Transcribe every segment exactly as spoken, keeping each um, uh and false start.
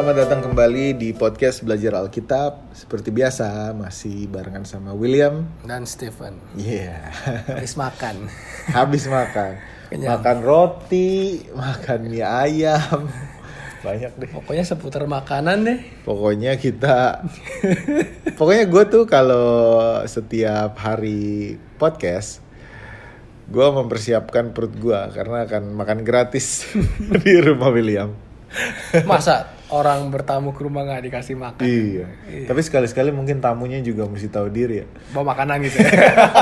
selamat datang kembali di podcast Belajar Alkitab. Seperti biasa, masih barengan sama William dan Stephen. Iya. Yeah. Habis makan. Habis makan. Kenyang. Makan roti, makan mie ayam. Banyak deh. Pokoknya seputar makanan deh. Pokoknya kita Pokoknya gue tuh kalau setiap hari podcast, gue mempersiapkan perut gue karena akan makan gratis di rumah William. Masa orang bertamu ke rumah gak dikasih makan? Iya. iya. Tapi sekali-sekali mungkin tamunya juga mesti tahu diri ya. Bawa makanan gitu ya.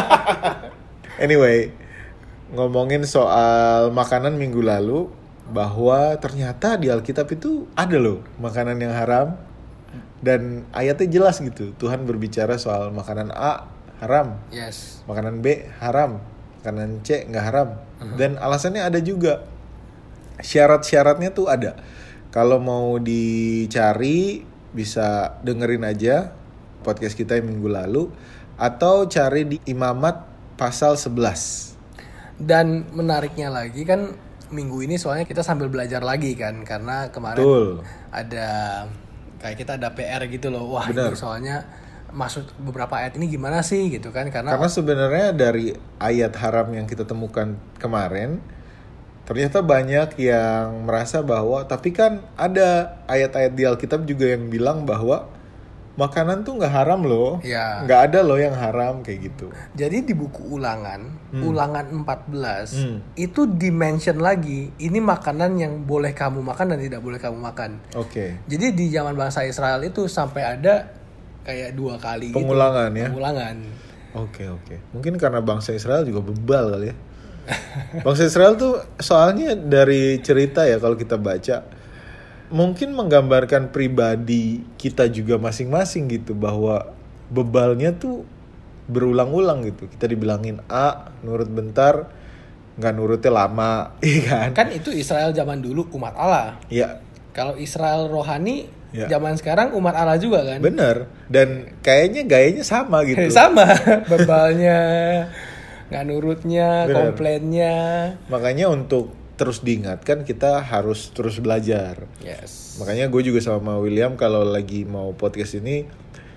Anyway, ngomongin soal makanan minggu lalu, bahwa ternyata di Alkitab itu ada loh makanan yang haram. Dan ayatnya jelas gitu. Tuhan berbicara soal makanan A haram. Yes. Makanan B haram. Makanan C gak haram. Uh-huh. Dan alasannya ada juga. Syarat-syaratnya tuh ada. Kalau mau dicari bisa dengerin aja podcast kita yang minggu lalu, atau cari di Imamat pasal sebelas. Dan menariknya lagi kan minggu ini soalnya kita sambil belajar lagi kan, karena kemarin Betul. ada kayak kita ada P R gitu loh. Wah, Bener. ini soalnya maksud beberapa ayat ini gimana sih gitu kan, karena Karena sebenarnya dari ayat haram yang kita temukan kemarin, ternyata banyak yang merasa bahwa tapi kan ada ayat-ayat di Alkitab juga yang bilang bahwa makanan tuh nggak haram loh, ya. Nggak ada loh yang haram kayak gitu. Jadi di buku ulangan, hmm. ulangan empat belas hmm. itu dimention lagi, ini makanan yang boleh kamu makan dan tidak boleh kamu makan. Oke. Okay. Jadi di zaman bangsa Israel itu sampai ada kayak dua kali pengulangan gitu, ya. Pengulangan. Oke okay, oke. Okay. Mungkin karena bangsa Israel juga bebal kali ya. Bangsa Israel tuh soalnya dari cerita ya kalau kita baca, mungkin menggambarkan pribadi kita juga masing-masing gitu, bahwa bebalnya tuh berulang-ulang gitu. Kita dibilangin A, nurut bentar, nggak nurutnya lama, iya kan? Kan itu Israel zaman dulu umat Allah. Iya. Kalau Israel rohani ya. Zaman sekarang umat Allah juga kan? Bener. Dan kayaknya gayanya sama gitu. Sama, bebalnya, nggak nurutnya, Bener. komplainnya. Makanya untuk terus diingatkan kita harus terus belajar. Yes. Makanya gue juga sama William kalau lagi mau podcast ini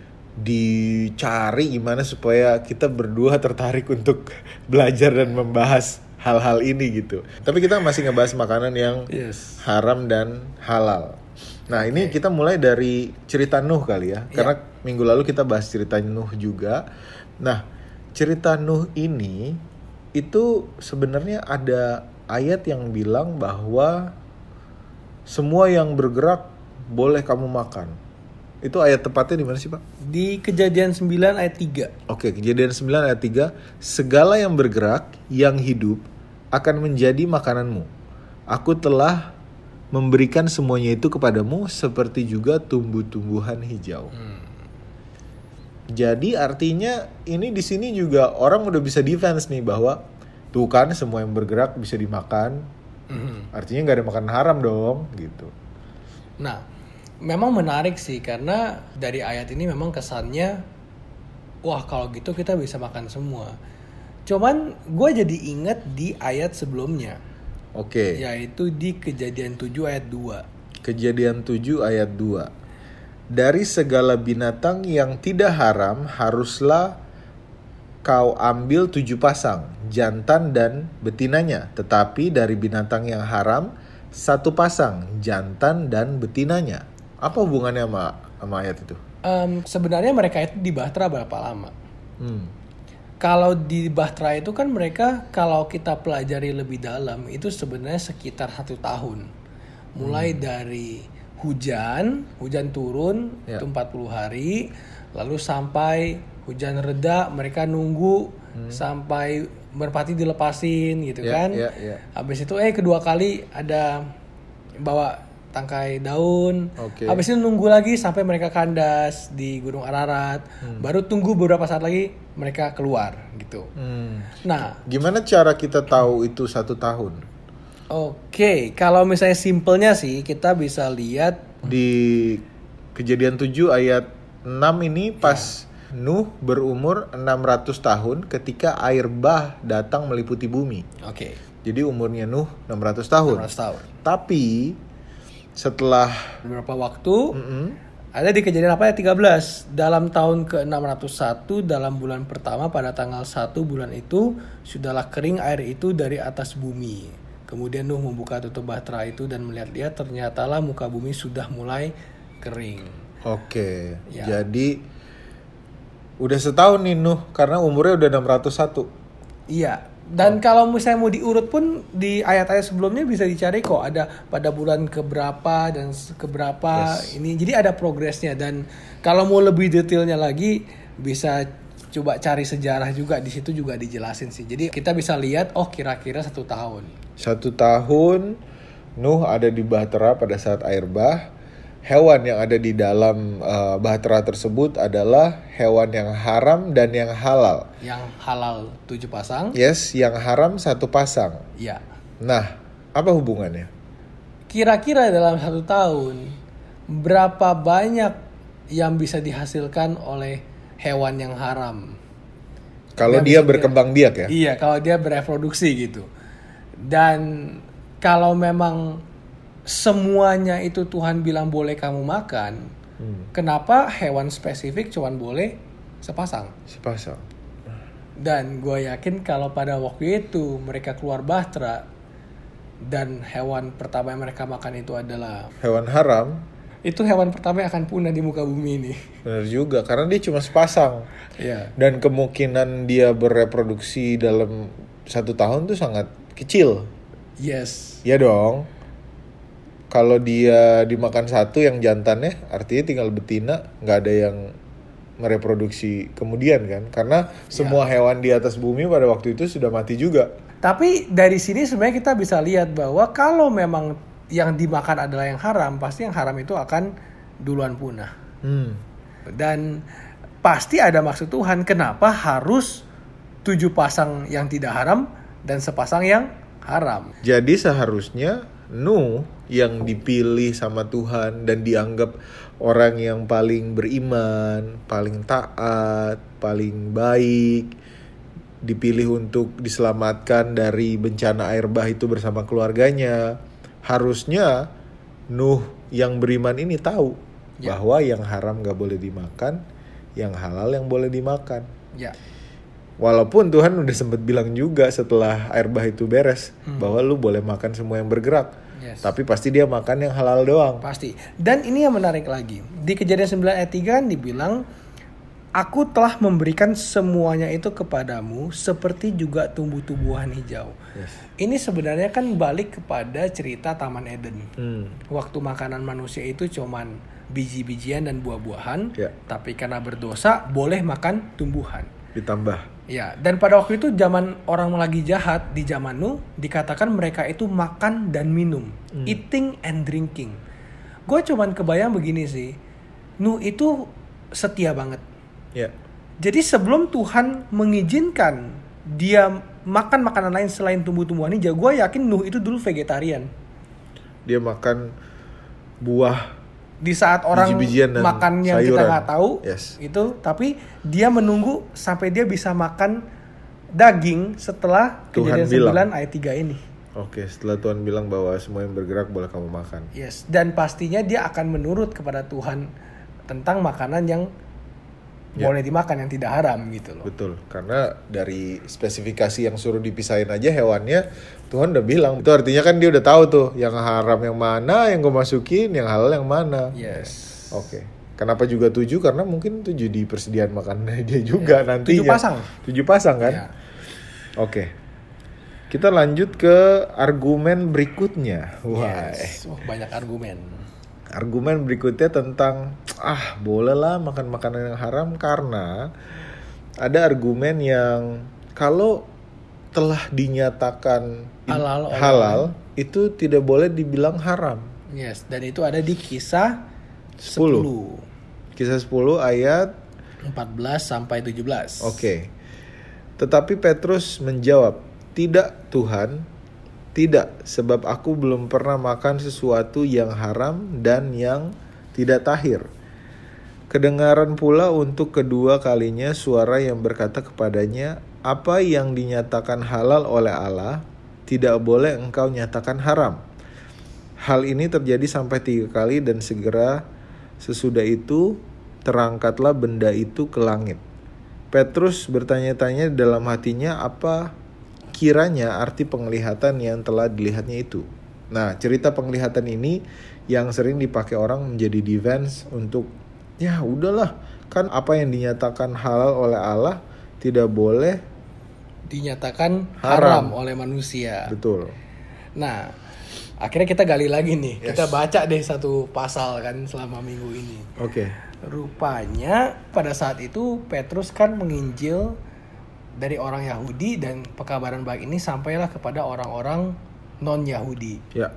dicari gimana supaya kita berdua tertarik untuk belajar dan membahas hal-hal ini gitu. Tapi kita masih ngebahas makanan yang yes. haram dan halal. Nah okay. ini kita mulai dari cerita Nuh kali ya. Karena yeah. minggu lalu kita bahas cerita Nuh juga. Nah cerita Nuh ini itu sebenarnya ada ayat yang bilang bahwa semua yang bergerak boleh kamu makan. Itu ayat tepatnya di mana sih Pak? Di Kejadian sembilan ayat tiga. Oke, Kejadian sembilan ayat tiga. Segala yang bergerak, yang hidup akan menjadi makananmu. Aku telah memberikan semuanya itu kepadamu seperti juga tumbuh-tumbuhan hijau. Hmm. Jadi artinya ini di sini juga orang udah bisa defense nih bahwa tuh kan semua yang bergerak bisa dimakan. Mm-hmm. Artinya nggak ada makanan haram dong gitu. Nah, memang menarik sih karena dari ayat ini memang kesannya wah kalau gitu kita bisa makan semua. Cuman gue jadi ingat di ayat sebelumnya. Oke. Okay. Yaitu di Kejadian tujuh ayat dua. Kejadian tujuh ayat dua. Dari segala binatang yang tidak haram haruslah kau ambil tujuh pasang, jantan dan betinanya. Tetapi dari binatang yang haram, satu pasang, jantan dan betinanya. Apa hubungannya sama, sama ayat itu? Um, sebenarnya mereka itu di Bahtera berapa lama? Hmm. Kalau di Bahtera itu kan mereka, kalau kita pelajari lebih dalam, itu sebenarnya sekitar satu tahun. Mulai hmm. dari hujan, hujan turun, ya. Itu empat puluh hari, lalu sampai hujan reda, mereka nunggu hmm. sampai merpati dilepasin gitu yeah, kan. Yeah, yeah. Habis itu eh kedua kali ada bawa tangkai daun. Okay. Habis itu nunggu lagi sampai mereka kandas di Gunung Ararat. Hmm. Baru tunggu beberapa saat lagi mereka keluar gitu. Hmm. Nah, gimana cara kita tahu itu satu tahun? Oke, okay. Kalau misalnya simpelnya sih kita bisa lihat di Kejadian tujuh ayat enam ini pas ya. Nuh berumur enam ratus tahun ketika air bah datang meliputi bumi. Oke. Okay. Jadi umurnya Nuh enam ratus tahun. enam ratus tahun. Tapi setelah beberapa waktu, mm-hmm. ada di Kejadian apa ya tiga belas, dalam tahun ke enam ratus satu dalam bulan pertama pada tanggal satu bulan itu sudahlah kering air itu dari atas bumi. Kemudian Nuh membuka tutup bahtera itu dan melihat-lihat ternyatalah muka bumi sudah mulai kering. Oke. Ya. Jadi udah setahun nih Nuh karena umurnya udah enam ratus satu. Iya. Dan oh. kalau misalnya mau diurut pun di ayat-ayat sebelumnya bisa dicari kok, ada pada bulan keberapa dan keberapa yes. ini. Jadi ada progresnya, dan kalau mau lebih detailnya lagi bisa coba cari sejarah juga, di situ juga dijelasin sih. Jadi kita bisa lihat oh kira-kira satu tahun. Satu tahun Nuh ada di bahtera pada saat air bah. Hewan yang ada di dalam uh, bahtera tersebut adalah hewan yang haram dan yang halal. Yang halal tujuh pasang. Yes, yang haram satu pasang. Iya. Nah, apa hubungannya? Kira-kira dalam satu tahun berapa banyak yang bisa dihasilkan oleh hewan yang haram? Kalau dia berkembang biak ya? Iya, kalau dia bereproduksi gitu. Dan kalau memang semuanya itu Tuhan bilang boleh kamu makan, hmm. kenapa hewan spesifik cuman boleh sepasang? Sepasang. Dan gue yakin kalau pada waktu itu mereka keluar bahtera dan hewan pertama yang mereka makan itu adalah hewan haram, itu hewan pertama yang akan punah di muka bumi ini. Benar juga, karena dia cuma sepasang. Iya. Dan kemungkinan dia bereproduksi dalam satu tahun tuh sangat kecil. Yes. Ya dong. Kalau dia dimakan satu yang jantannya, artinya tinggal betina, nggak ada yang mereproduksi kemudian kan? Karena semua ya. hewan di atas bumi pada waktu itu sudah mati juga. Tapi dari sini sebenarnya kita bisa lihat bahwa kalau memang yang dimakan adalah yang haram, pasti yang haram itu akan duluan punah. Hmm. Dan pasti ada maksud Tuhan kenapa harus tujuh pasang yang tidak haram dan sepasang yang haram. Jadi seharusnya Nuh yang dipilih sama Tuhan dan dianggap orang yang paling beriman, paling taat, paling baik, dipilih untuk diselamatkan dari bencana air bah itu bersama keluarganya. Harusnya Nuh yang beriman ini tahu ya. bahwa yang haram gak boleh dimakan, yang halal yang boleh dimakan. Ya. Walaupun Tuhan udah sempat bilang juga setelah air bah itu beres hmm. bahwa lu boleh makan semua yang bergerak. Yes. Tapi pasti dia makan yang halal doang. Pasti. Dan ini yang menarik lagi. Di Kejadian sembilan ayat tiga kan dibilang, aku telah memberikan semuanya itu kepadamu seperti juga tumbuh-tumbuhan hijau. Yes. Ini sebenarnya kan balik kepada cerita Taman Eden. Hmm. Waktu makanan manusia itu cuman biji-bijian dan buah-buahan. Yeah. Tapi karena berdosa boleh makan tumbuhan. Ditambah. Ya, dan pada waktu itu zaman orang lagi jahat di zaman Nuh, dikatakan mereka itu makan dan minum, hmm. eating and drinking. Gue cuman kebayang begini sih, Nuh itu setia banget. Ya. Jadi sebelum Tuhan mengizinkan dia makan makanan lain selain tumbuh-tumbuhan hijau, gue yakin Nuh itu dulu vegetarian. Dia makan buah. Di saat orang makannya sayuran. Kita nggak tahu yes. itu, tapi dia menunggu sampai dia bisa makan daging setelah Kejadian sembilan ayat tiga ini. Oke, setelah Tuhan bilang bahwa semua yang bergerak boleh kamu makan. Yes, dan pastinya dia akan menurut kepada Tuhan tentang makanan yang ya. boleh dimakan, yang tidak haram gitu loh. Betul, karena dari spesifikasi yang suruh dipisahin aja hewannya, Tuhan udah bilang. Itu artinya kan dia udah tahu tuh yang haram yang mana, yang gue masukin, yang halal yang mana. Yes. Oke. Kenapa juga tujuh? Karena mungkin tujuh di persediaan makanannya dia juga ya. nantinya. Tujuh pasang. Tujuh pasang kan? Ya. Oke. Kita lanjut ke argumen berikutnya. Wah, yes. oh, banyak argumen. Argumen berikutnya tentang ah bolehlah makan makanan yang haram karena ada argumen yang kalau telah dinyatakan halal, halal itu tidak boleh dibilang haram. Yes, dan itu ada di Kisah sepuluh. Kisah sepuluh ayat empat belas sampai tujuh belas. Oke. Okay. Tetapi Petrus menjawab, "Tidak, Tuhan. Tidak, sebab aku belum pernah makan sesuatu yang haram dan yang tidak tahir." Kedengaran pula untuk kedua kalinya suara yang berkata kepadanya, "Apa yang dinyatakan halal oleh Allah, tidak boleh engkau nyatakan haram." Hal ini terjadi sampai tiga kali dan segera sesudah itu terangkatlah benda itu ke langit. Petrus bertanya-tanya dalam hatinya apa kiranya arti penglihatan yang telah dilihatnya itu. Nah, cerita penglihatan ini yang sering dipakai orang menjadi defense untuk ya udahlah, kan apa yang dinyatakan halal oleh Allah tidak boleh dinyatakan haram, haram oleh manusia. Betul. Nah, akhirnya kita gali lagi nih. Yes. Kita baca deh satu pasal kan selama minggu ini. Oke. Okay. Rupanya pada saat itu Petrus kan menginjil dari orang Yahudi dan pekabaran baik ini sampailah kepada orang-orang non-Yahudi. Ya.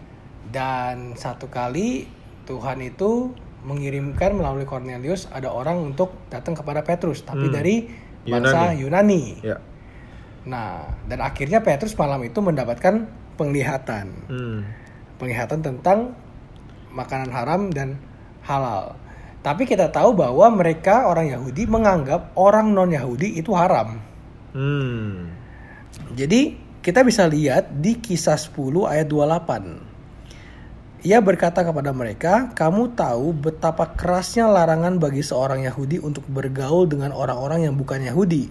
Dan satu kali Tuhan itu mengirimkan melalui Cornelius ada orang untuk datang kepada Petrus, tapi hmm. dari bangsa Yunani. Yunani. Ya. Nah, dan akhirnya Petrus malam itu mendapatkan penglihatan. Hmm. Penglihatan tentang makanan haram dan halal. Tapi kita tahu bahwa mereka orang Yahudi menganggap orang non-Yahudi itu haram. Hmm. Jadi kita bisa lihat di Kisah sepuluh ayat dua puluh delapan. Ia berkata kepada mereka, kamu tahu betapa kerasnya larangan bagi seorang Yahudi untuk bergaul dengan orang-orang yang bukan Yahudi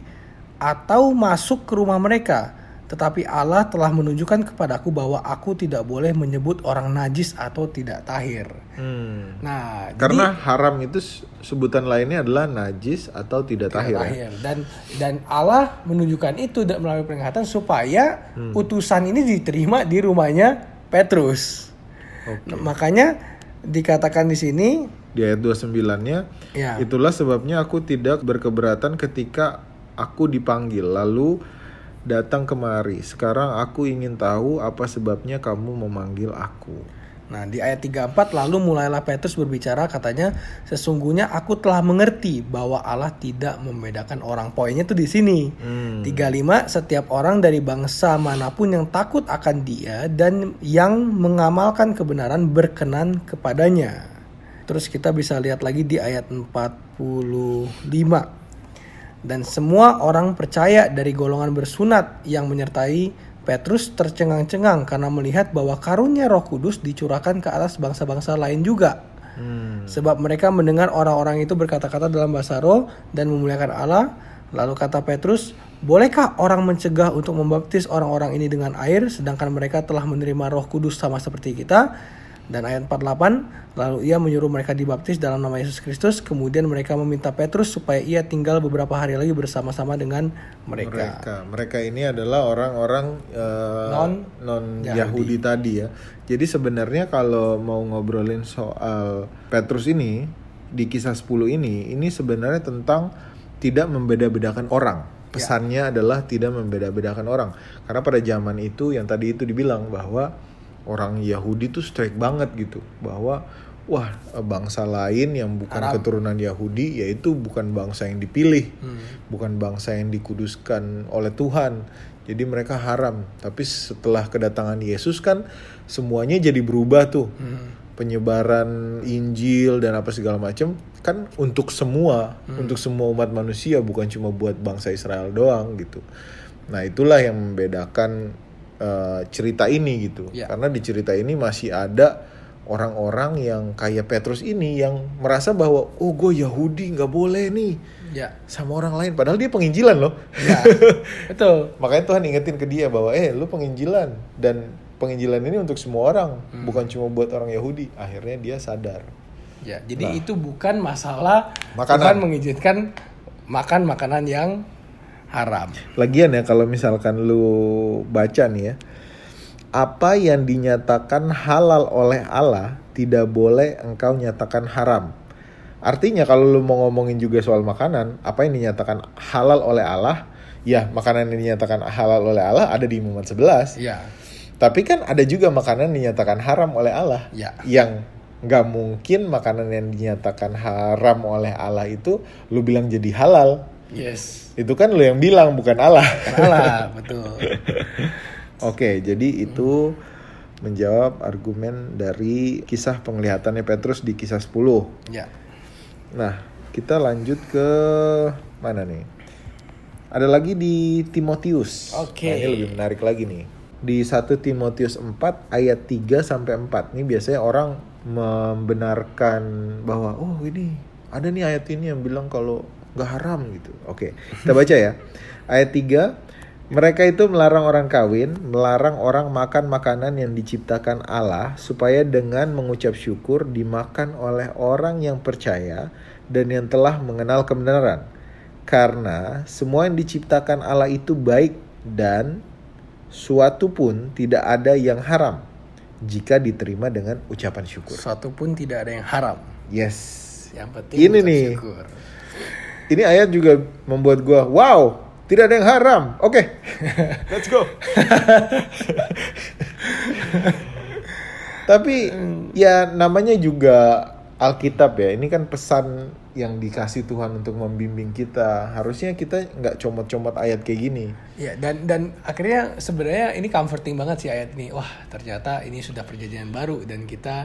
atau masuk ke rumah mereka. Tetapi Allah telah menunjukkan kepadaku bahwa aku tidak boleh menyebut orang najis atau tidak tahir. Hmm. Nah, karena jadi, haram itu sebutan lainnya adalah najis atau tidak, tidak tahir. tahir. Dan dan Allah menunjukkan itu melalui peringatan supaya hmm. utusan ini diterima di rumahnya Petrus. Okay. Nah, makanya dikatakan di sini di ayat dua puluh sembilan-nya, ya. Itulah sebabnya aku tidak berkeberatan ketika aku dipanggil lalu datang kemari. Sekarang aku ingin tahu apa sebabnya kamu memanggil aku. Nah, di ayat tiga puluh empat lalu mulailah Petrus berbicara, katanya, sesungguhnya aku telah mengerti bahwa Allah tidak membedakan orang. Poinnya tuh di sini. Hmm. tiga puluh lima setiap orang dari bangsa manapun yang takut akan Dia dan yang mengamalkan kebenaran berkenan kepadanya. Terus kita bisa lihat lagi di ayat empat puluh lima. Dan semua orang percaya dari golongan bersunat yang menyertai Petrus tercengang-cengang karena melihat bahwa karunia Roh Kudus dicurahkan ke atas bangsa-bangsa lain juga. Hmm. Sebab mereka mendengar orang-orang itu berkata-kata dalam bahasa roh dan memuliakan Allah. Lalu kata Petrus, bolehkah orang mencegah untuk membaptis orang-orang ini dengan air sedangkan mereka telah menerima Roh Kudus sama seperti kita? Dan ayat empat puluh delapan, lalu ia menyuruh mereka dibaptis dalam nama Yesus Kristus. Kemudian mereka meminta Petrus supaya ia tinggal beberapa hari lagi bersama-sama dengan mereka. Mereka, mereka ini adalah orang-orang uh, non non Yahudi tadi ya. Jadi sebenarnya kalau mau ngobrolin soal Petrus ini di Kisah sepuluh ini, ini sebenarnya tentang tidak membeda-bedakan orang. Pesannya ya. adalah tidak membeda-bedakan orang. Karena pada zaman itu yang tadi itu dibilang bahwa orang Yahudi tuh strike banget gitu, bahwa wah bangsa lain yang bukan Arab. Keturunan Yahudi yaitu bukan bangsa yang dipilih, hmm. bukan bangsa yang dikuduskan oleh Tuhan, jadi mereka haram. Tapi setelah kedatangan Yesus kan semuanya jadi berubah tuh, hmm. penyebaran Injil dan apa segala macam kan untuk semua, hmm. untuk semua umat manusia, bukan cuma buat bangsa Israel doang gitu. Nah itulah yang membedakan Uh, cerita ini gitu, ya. Karena di cerita ini masih ada orang-orang yang kayak Petrus ini yang merasa bahwa oh gue Yahudi nggak boleh nih ya. sama orang lain, padahal dia penginjilan loh. Ya, betul. Makanya Tuhan ingetin ke dia bahwa eh lu penginjilan dan penginjilan ini untuk semua orang, hmm. bukan cuma buat orang Yahudi. Akhirnya dia sadar. Ya, jadi nah. itu bukan masalah makanan. Tuhan mengizinkan makan makanan yang haram. Lagian ya kalau misalkan lu baca nih ya, apa yang dinyatakan halal oleh Allah tidak boleh engkau nyatakan haram. Artinya kalau lu mau ngomongin juga soal makanan, apa yang dinyatakan halal oleh Allah, ya makanan yang dinyatakan halal oleh Allah ada di Imamat sebelas. Ya. Tapi kan ada juga makanan yang dinyatakan haram oleh Allah. Ya. Yang nggak mungkin makanan yang dinyatakan haram oleh Allah itu lu bilang jadi halal. Yes. Itu kan lu yang bilang, bukan Allah. Bukan Allah, betul. Oke, jadi itu menjawab argumen dari kisah penglihatannya Petrus di Kisah sepuluh. Ya. Nah, kita lanjut ke mana nih? Ada lagi di Timotius. Oke. Nah, ini lebih menarik lagi nih. di satu Timotius empat ayat tiga sampai empat. Ini biasanya orang membenarkan bahwa oh ini ada nih ayat ini yang bilang kalau gak haram gitu. Oke, kita baca ya. Ayat tiga, mereka itu melarang orang kawin, melarang orang makan makanan yang diciptakan Allah, supaya dengan mengucap syukur dimakan oleh orang yang percaya dan yang telah mengenal kebenaran. Karena semua yang diciptakan Allah itu baik dan suatu pun tidak ada yang haram jika diterima dengan ucapan syukur. Suatu pun tidak ada yang haram. Yes. Yang penting ini nih. Syukur. Ini ayat juga membuat gua wow, tidak ada yang haram. Oke. Okay. Let's go. Tapi ya namanya juga Alkitab ya. Ini kan pesan yang dikasih Tuhan untuk membimbing kita. Harusnya kita nggak comot-comot ayat kayak gini. Ya, dan dan akhirnya sebenarnya ini comforting banget sih ayat ini. Wah, ternyata ini sudah perjanjian baru dan kita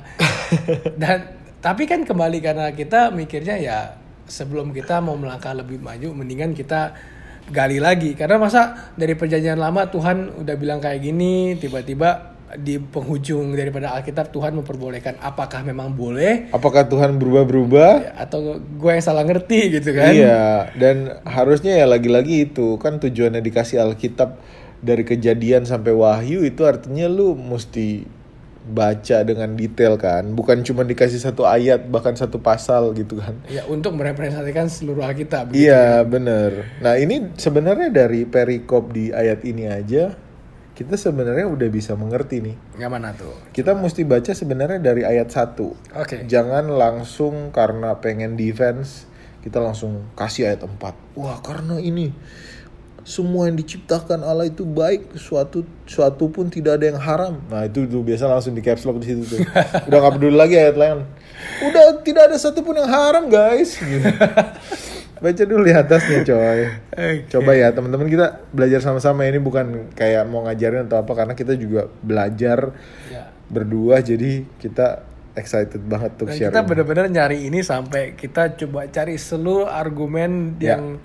dan tapi kan kembali karena kita mikirnya ya sebelum kita mau melangkah lebih maju mendingan kita gali lagi. Karena masa dari perjanjian lama Tuhan udah bilang kayak gini, tiba-tiba di penghujung daripada Alkitab Tuhan memperbolehkan, apakah memang boleh? Apakah Tuhan berubah-berubah? Ya, atau gue yang salah ngerti gitu kan? Iya, dan harusnya ya lagi-lagi itu kan tujuannya dikasih Alkitab dari Kejadian sampai Wahyu, itu artinya lu mesti baca dengan detail kan, bukan cuma dikasih satu ayat bahkan satu pasal gitu kan. Ya, untuk merepresentasikan seluruh Alkitab. Iya, kan? Bener. Nah ini sebenarnya dari perikop di ayat ini aja kita sebenarnya udah bisa mengerti nih. Yang mana tuh? Kita mesti baca sebenarnya dari ayat satu. Oke. Okay. Jangan langsung karena pengen defense kita langsung kasih ayat empat. Wah, karena ini semua yang diciptakan Allah itu baik, suatu suatu pun tidak ada yang haram. Nah itu tuh biasa langsung di caps lock di situ tuh. Udah nggak peduli lagi ayat lain. Udah tidak ada satu pun yang haram guys. Gitu. Baca dulu di atasnya coy. Okay. Coba ya teman-teman kita belajar sama-sama. Ini bukan kayak mau ngajarin atau apa, karena kita juga belajar ya. Berdua, jadi kita excited banget tuh sharing. Kita benar-benar nyari ini sampai kita coba cari seluruh argumen ya. yang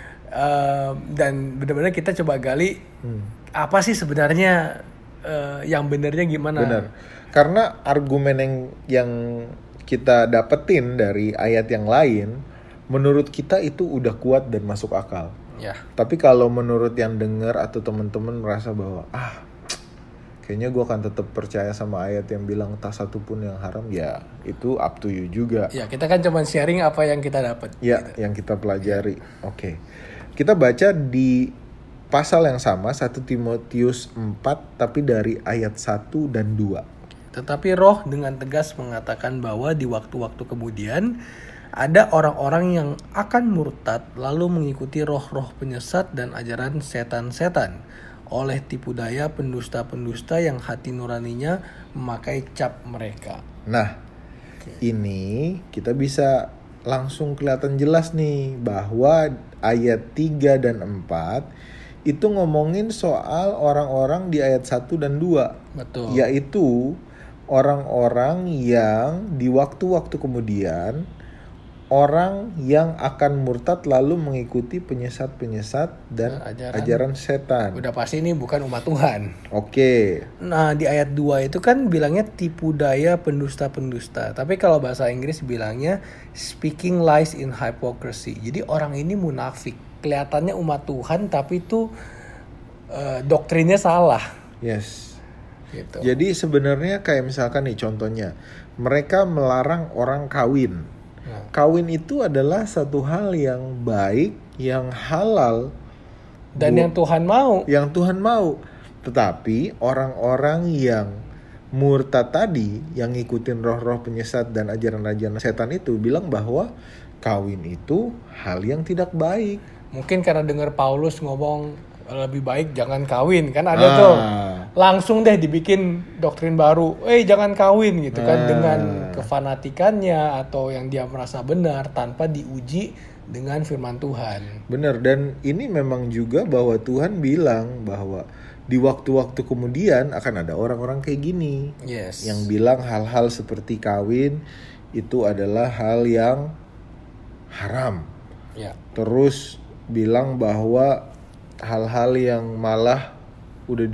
Uh, dan benar-benar kita coba gali hmm. apa sih sebenarnya uh, yang benernya gimana. Benar. Karena argumen yang yang kita dapetin dari ayat yang lain menurut kita itu udah kuat dan masuk akal. Ya. Tapi kalau menurut yang dengar atau teman-teman merasa bahwa ah kayaknya gue akan tetap percaya sama ayat yang bilang tak satu pun yang haram, ya itu up to you juga. Ya, kita kan cuma sharing apa yang kita dapat. Ya, gitu. Yang kita pelajari. Ya. Oke. Okay. Kita baca di pasal yang sama, satu Timotius empat, tapi dari ayat satu dan dua. Tetapi Roh dengan tegas mengatakan bahwa di waktu-waktu kemudian ada orang-orang yang akan murtad lalu mengikuti roh-roh penyesat dan ajaran setan-setan oleh tipu daya pendusta-pendusta yang hati nuraninya memakai cap mereka. Nah, okay. Ini kita bisa langsung kelihatan jelas nih bahwa ayat tiga dan empat itu ngomongin soal orang-orang di ayat satu dan dua. Betul. Yaitu orang-orang yang di waktu-waktu kemudian orang yang akan murtad lalu mengikuti penyesat-penyesat dan ajaran, ajaran setan. Udah pasti ini bukan umat Tuhan. Oke. Okay. Nah, di ayat dua itu kan bilangnya tipu daya pendusta-pendusta. Tapi kalau bahasa Inggris bilangnya speaking lies in hypocrisy. Jadi orang ini munafik. Kelihatannya umat Tuhan tapi itu uh, doktrinnya salah. Yes. Gitu. Jadi sebenarnya kayak misalkan nih contohnya, mereka melarang orang kawin. Kawin itu adalah satu hal yang baik, yang halal, dan bu- yang Tuhan mau. Yang Tuhan mau. Tetapi orang-orang yang murtad tadi, yang ngikutin roh-roh penyesat dan ajaran-ajaran setan itu bilang bahwa kawin itu hal yang tidak baik. Mungkin karena dengar Paulus ngomong lebih baik jangan kawin, kan ada ah. tuh. Langsung deh dibikin doktrin baru, eh jangan kawin gitu kan, ah. dengan kefanatikannya atau yang dia merasa benar tanpa diuji dengan firman Tuhan. Benar, dan ini memang juga bahwa Tuhan bilang bahwa di waktu-waktu kemudian akan ada orang-orang kayak gini. Yes. Yang bilang hal-hal seperti kawin itu adalah hal yang haram. Ya. Terus bilang bahwa hal-hal yang malah udah di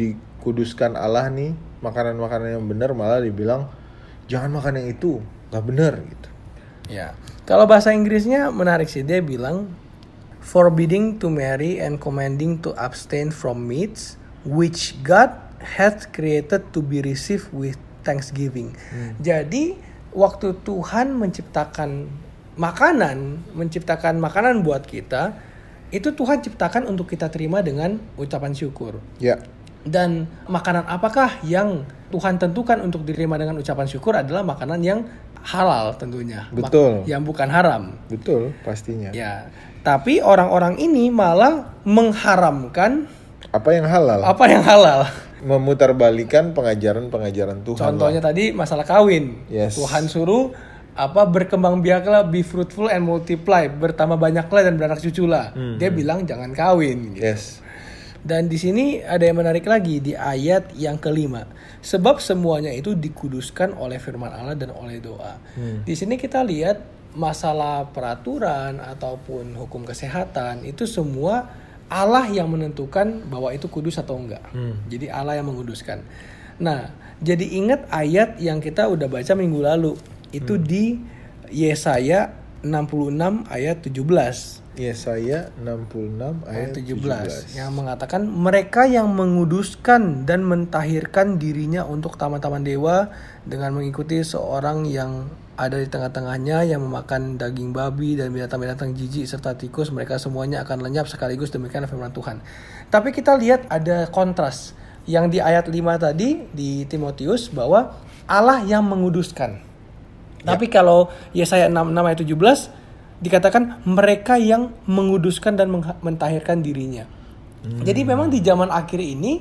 dikuduskan Allah nih, makanan-makanan yang benar, malah dibilang jangan makan yang itu, nggak benar gitu. Ya, kalau bahasa Inggrisnya menarik sih, dia bilang forbidding to marry and commanding to abstain from meats which God hath created to be received with thanksgiving. Hmm. Jadi waktu Tuhan menciptakan makanan, menciptakan makanan buat kita, itu Tuhan ciptakan untuk kita terima dengan ucapan syukur. Ya. Dan makanan apakah yang Tuhan tentukan untuk diterima dengan ucapan syukur adalah makanan yang halal tentunya. Betul. Yang bukan haram. Betul, pastinya. Ya. Tapi orang-orang ini malah mengharamkan apa yang halal. Apa yang halal. Memutarbalikan pengajaran-pengajaran Tuhan. Contohnya lah. tadi masalah kawin. Yes. Tuhan suruh apa berkembang biaklah, be fruitful and multiply, bertambah banyaklah dan beranak cuculah. Hmm. Dia bilang jangan kawin. Gitu. Yes. Dan di sini ada yang menarik lagi di ayat yang kelima. Sebab semuanya itu dikuduskan oleh firman Allah dan oleh doa. Hmm. Di sini kita lihat masalah peraturan ataupun hukum kesehatan itu semua Allah yang menentukan bahwa itu kudus atau enggak. Hmm. Jadi Allah yang menguduskan. Nah, jadi ingat ayat yang kita udah baca minggu lalu. Itu hmm. di Yesaya enam puluh enam ayat tujuh belas. Yesaya enam puluh enam ayat tujuh belas yang mengatakan mereka yang menguduskan dan mentahirkan dirinya untuk taman-taman dewa dengan mengikuti seorang yang ada di tengah-tengahnya yang memakan daging babi dan binatang-binatang jijik serta tikus, mereka semuanya akan lenyap sekaligus, demikian firman Tuhan. Tapi kita lihat ada kontras yang di ayat lima tadi di Timotius bahwa Allah yang menguduskan. Ya. Tapi kalau Yesaya enam puluh enam ayat tujuh belas dikatakan mereka yang menguduskan dan mentahirkan dirinya. Hmm. Jadi memang di zaman akhir ini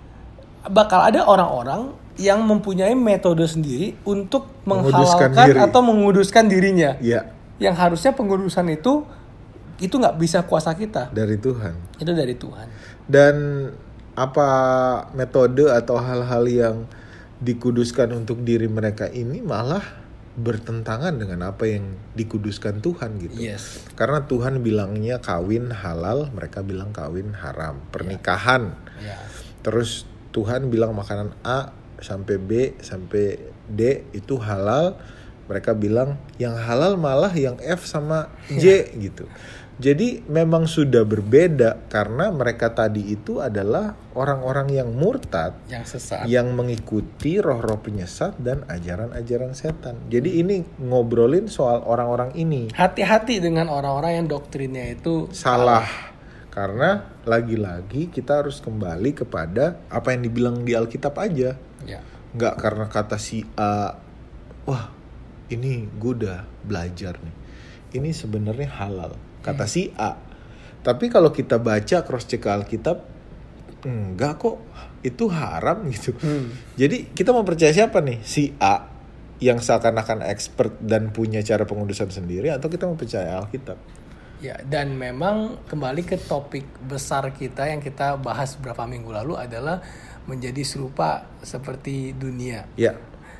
bakal ada orang-orang yang mempunyai metode sendiri untuk menghalalkan diri. Atau menguduskan dirinya. Ya. Yang harusnya pengudusan itu itu nggak bisa kuasa kita. Dari Tuhan. Itu dari Tuhan. Dan apa metode atau hal-hal yang dikuduskan untuk diri mereka ini malah bertentangan dengan apa yang dikuduskan Tuhan gitu. Yes. Karena Tuhan bilangnya kawin halal, mereka bilang kawin haram. Pernikahan. Yeah. Yeah. Terus Tuhan bilang makanan A sampai B sampai D itu halal, mereka bilang yang halal malah yang F sama J yeah. gitu. Jadi memang sudah berbeda karena mereka tadi itu adalah orang-orang yang murtad, yang sesat, yang mengikuti roh-roh penyesat dan ajaran-ajaran setan. Jadi ini ngobrolin soal orang-orang ini. Hati-hati dengan orang-orang yang doktrinnya itu salah. Karena lagi-lagi kita harus kembali kepada apa yang dibilang di Alkitab aja. Ya. Nggak karena kata si A, wah ini gue udah belajar nih, ini sebenarnya halal. Kata hmm. si A. Tapi kalau kita baca cross check Alkitab, enggak kok, itu haram gitu. Hmm. Jadi kita mau percaya siapa nih? Si A yang seakan-akan expert dan punya cara pengudusan sendiri, atau kita mau percaya Alkitab? Ya, dan memang kembali ke topik besar kita yang kita bahas beberapa minggu lalu adalah menjadi serupa seperti dunia. Ya.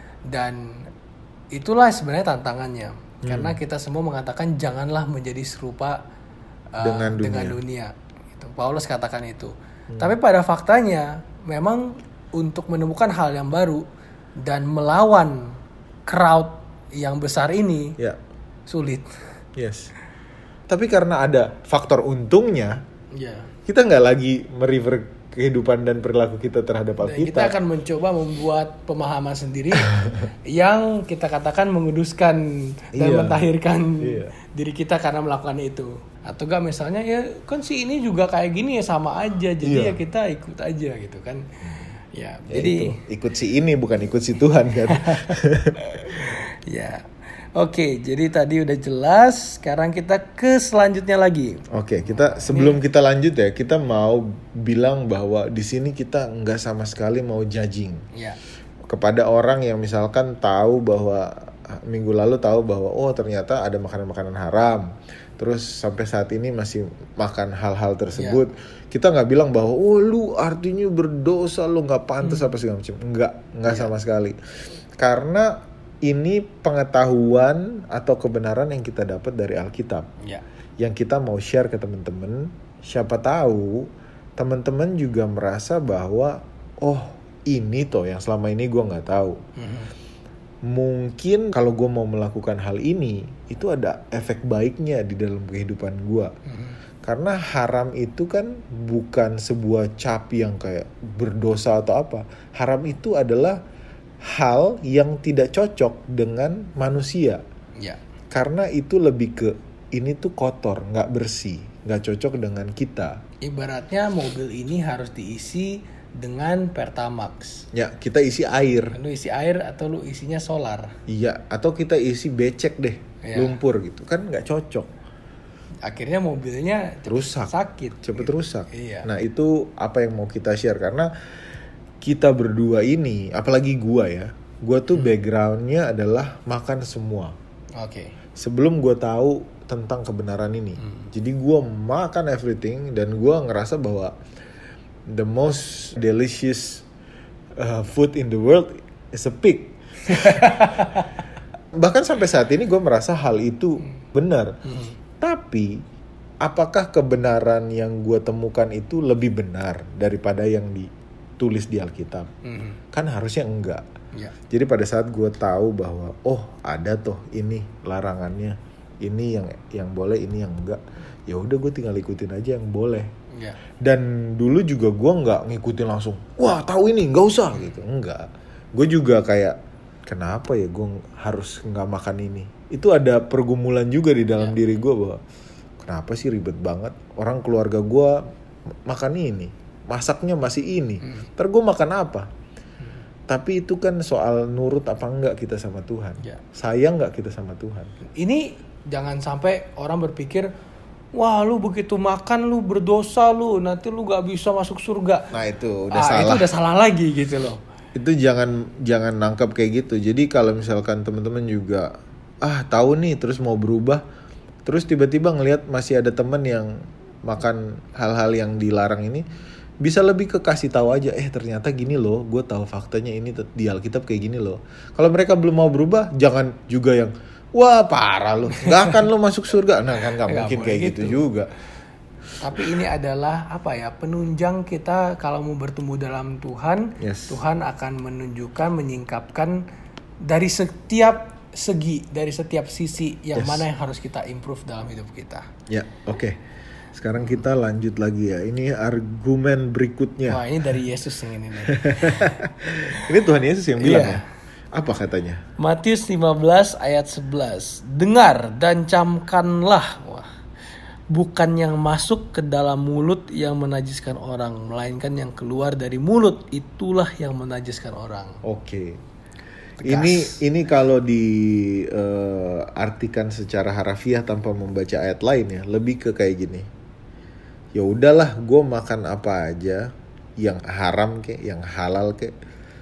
Dan itulah sebenarnya tantangannya. Karena kita semua mengatakan janganlah menjadi serupa uh, dengan dunia. Dengan dunia. Gitu. Paulus katakan itu. Hmm. Tapi pada faktanya memang untuk menemukan hal yang baru dan melawan crowd yang besar ini ya. Sulit. Yes. Tapi karena ada faktor untungnya, ya. Kita nggak lagi merefer kehidupan dan perilaku kita terhadap Alkitab. Kita akan mencoba membuat pemahaman sendiri yang kita katakan menguduskan dan iya, mentahirkan iya. diri kita karena melakukan itu. Atau enggak misalnya ya kan si ini juga kayak gini ya sama aja, jadi iya. ya kita ikut aja gitu kan. Ya, ya jadi itu. Ikut si ini bukan ikut si Tuhan kan. Ya. Oke, jadi tadi udah jelas. Sekarang kita ke selanjutnya lagi. Oke, kita sebelum Ini. kita lanjut ya, kita mau bilang bahwa di sini kita nggak sama sekali mau judging. Ya. Kepada orang yang misalkan tahu bahwa minggu lalu tahu bahwa oh ternyata ada makanan-makanan haram, terus sampai saat ini masih makan hal-hal tersebut, ya. Kita nggak bilang bahwa oh lu artinya berdosa, lu nggak pantas hmm. apa segala macam. Nggak, nggak ya. sama sekali. Karena ini pengetahuan atau kebenaran yang kita dapat dari Alkitab. Ya. Yang kita mau share ke teman-teman. Siapa tahu teman-teman juga merasa bahwa oh ini toh yang selama ini gue nggak tahu. Mm-hmm. Mungkin kalau gue mau melakukan hal ini, itu ada efek baiknya di dalam kehidupan gue. Mm-hmm. Karena haram itu kan bukan sebuah cap yang kayak berdosa atau apa. Haram itu adalah hal yang tidak cocok dengan manusia. Ya. Karena itu lebih ke ini tuh kotor, nggak bersih, nggak cocok dengan kita. Ibaratnya mobil ini harus diisi dengan Pertamax. Ya, kita isi air. Lu isi air atau lu isinya solar. Iya, atau kita isi becek deh, ya. Lumpur gitu, kan nggak cocok. Akhirnya mobilnya cepet rusak, sakit, cepet gitu. rusak. Iya. Nah itu apa yang mau kita share, karena kita berdua ini, apalagi gua ya, gua tuh hmm. backgroundnya adalah makan semua. Oke. Okay. Sebelum gua tahu tentang kebenaran ini, hmm. jadi gua makan everything dan gua ngerasa bahwa the most delicious uh, food in the world is a pig. Bahkan sampai saat ini gua merasa hal itu hmm. benar. Hmm. Tapi, apakah kebenaran yang gue temukan itu lebih benar daripada yang ditulis di Alkitab? Mm-hmm. Kan harusnya enggak. Yeah. Jadi pada saat gue tahu bahwa, oh ada toh ini larangannya, ini yang yang boleh, ini yang enggak. Ya udah gue tinggal ikutin aja yang boleh. Yeah. Dan dulu juga gue nggak ngikutin langsung, wah tahu ini nggak usah gitu, enggak. Gue juga kayak, kenapa ya gue harus nggak makan ini? Itu ada pergumulan juga di dalam ya. Diri gue bahwa kenapa sih ribet banget, orang keluarga gue makan ini, masaknya masih ini, hmm. ntar gue makan apa? Hmm. Tapi itu kan soal nurut apa enggak kita sama Tuhan, ya. Sayang nggak kita sama Tuhan. Ini jangan sampai orang berpikir, wah lu begitu makan lu berdosa lu, nanti lu nggak bisa masuk surga. Nah itu udah ah, salah. Itu udah salah lagi gitu loh. Itu jangan jangan nangkap kayak gitu. Jadi kalau misalkan teman-teman juga ah tahu nih terus mau berubah, terus tiba-tiba ngelihat masih ada teman yang makan hal-hal yang dilarang ini, bisa lebih ke kasih tahu aja, eh ternyata gini loh, gue tahu faktanya ini di Alkitab kayak gini loh. Kalau mereka belum mau berubah, jangan juga yang wah parah lo, nggak akan lo masuk surga. Nah kan nggak mungkin kayak gitu. gitu juga. Tapi ini adalah apa ya, penunjang kita kalau mau bertumbuh dalam Tuhan. Yes. Tuhan akan menunjukkan, menyingkapkan dari setiap segi, dari setiap sisi yang yes. mana yang harus kita improve dalam hidup kita. Ya, oke. Okay. Sekarang kita lanjut lagi ya. Ini argumen berikutnya. Wah, ini dari Yesus yang ini nih. Ini Tuhan Yesus yang bilang yeah. ya. Apa katanya? Matius lima belas ayat sebelas. Dengar dan camkanlah. Wah. Bukan yang masuk ke dalam mulut yang menajiskan orang, melainkan yang keluar dari mulut, itulah yang menajiskan orang. Oke. Okay. Ini ini kalau diartikan uh, secara harafiah tanpa membaca ayat lain ya, lebih ke kayak gini. Ya udahlah, gue makan apa aja, yang haram kek, yang halal kek,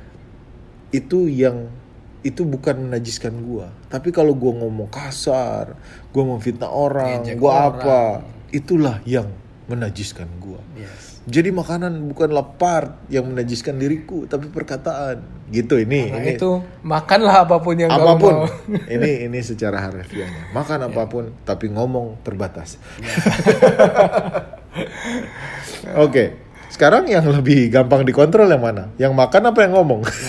itu yang itu bukan menajiskan gue. Tapi kalau gue ngomong kasar, gue memfitnah orang, gue apa, itulah yang menajiskan gue. Yes. Jadi makanan bukanlah part yang menajiskan diriku, tapi perkataan. Gitu ini. Karena ini itu makanlah apapun yang apapun. Mau. ini ini secara harafiahnya. Makan yeah. apapun, tapi ngomong terbatas. Yeah. Oke. Okay. Sekarang yang lebih gampang dikontrol yang mana? Yang makan apa yang ngomong? Nah.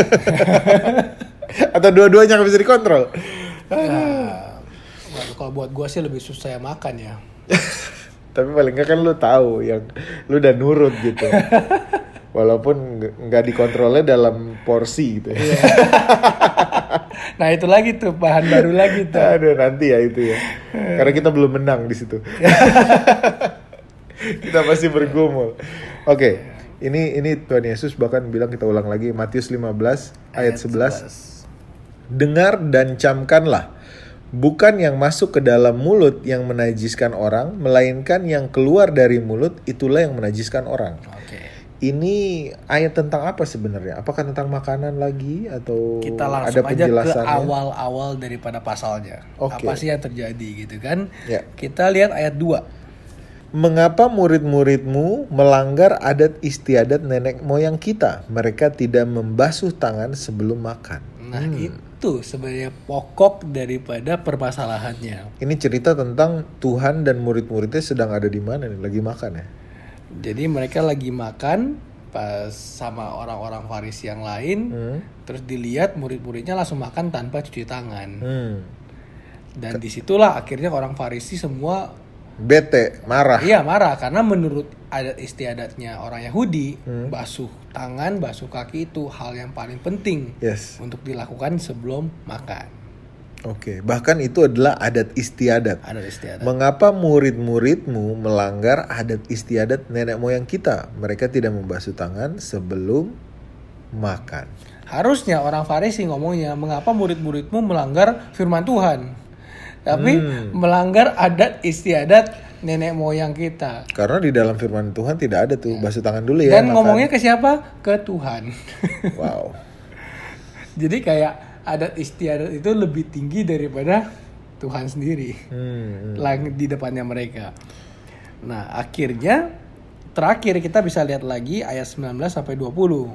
Atau dua-duanya nggak bisa dikontrol? Nah, kalau buat gue sih lebih susah yang makan ya. Tapi paling nggak kan lu tahu yang lu udah nurut gitu. Walaupun nggak dikontrolnya dalam porsi gitu ya. Nah itu lagi tuh bahan baru lagi tuh. Aduh nanti ya itu ya. Karena kita belum menang di situ. Kita pasti bergumul. Oke. Okay. Ini ini Tuhan Yesus bahkan bilang, kita ulang lagi, Matius lima belas ayat sebelas. Dengar dan camkanlah, bukan yang masuk ke dalam mulut yang menajiskan orang, melainkan yang keluar dari mulut, itulah yang menajiskan orang. Okay. Ini ayat tentang apa sebenarnya? Apakah tentang makanan lagi atau kita langsung ada penjelasannya? Aja ke awal-awal daripada pasalnya. Okay. Apa sih yang terjadi gitu kan? Yeah. Kita lihat ayat dua. Mengapa murid-muridmu melanggar adat istiadat nenek moyang kita? Mereka tidak membasuh tangan sebelum makan. Nah hmm. itu sebenarnya pokok daripada permasalahannya. Ini cerita tentang Tuhan dan murid-muridnya sedang ada di mana nih? Lagi makan ya? Jadi mereka lagi makan, pas sama orang-orang Farisi yang lain, hmm. terus dilihat murid-muridnya langsung makan tanpa cuci tangan. Hmm. Dan disitulah akhirnya orang Farisi semua bete, marah. Iya, marah karena menurut adat istiadatnya orang Yahudi, hmm. basuh tangan, basuh kaki itu hal yang paling penting yes. untuk dilakukan sebelum makan. Oke, bahkan itu adalah adat istiadat. Adat istiadat. Mengapa murid-muridmu melanggar adat istiadat nenek moyang kita? Mereka tidak membasuh tangan sebelum makan. Harusnya orang Farisi ngomongnya, mengapa murid-muridmu melanggar firman Tuhan? Tapi hmm. melanggar adat istiadat nenek moyang kita. Karena di dalam firman Tuhan tidak ada tuh, basuh tangan dulu ya. Dan makan. Ngomongnya ke siapa? Ke Tuhan. Wow. Jadi kayak adat istiadat itu lebih tinggi daripada Tuhan sendiri hmm, hmm. di depannya mereka. Nah akhirnya terakhir kita bisa lihat lagi ayat sembilan belas sampai dua puluh.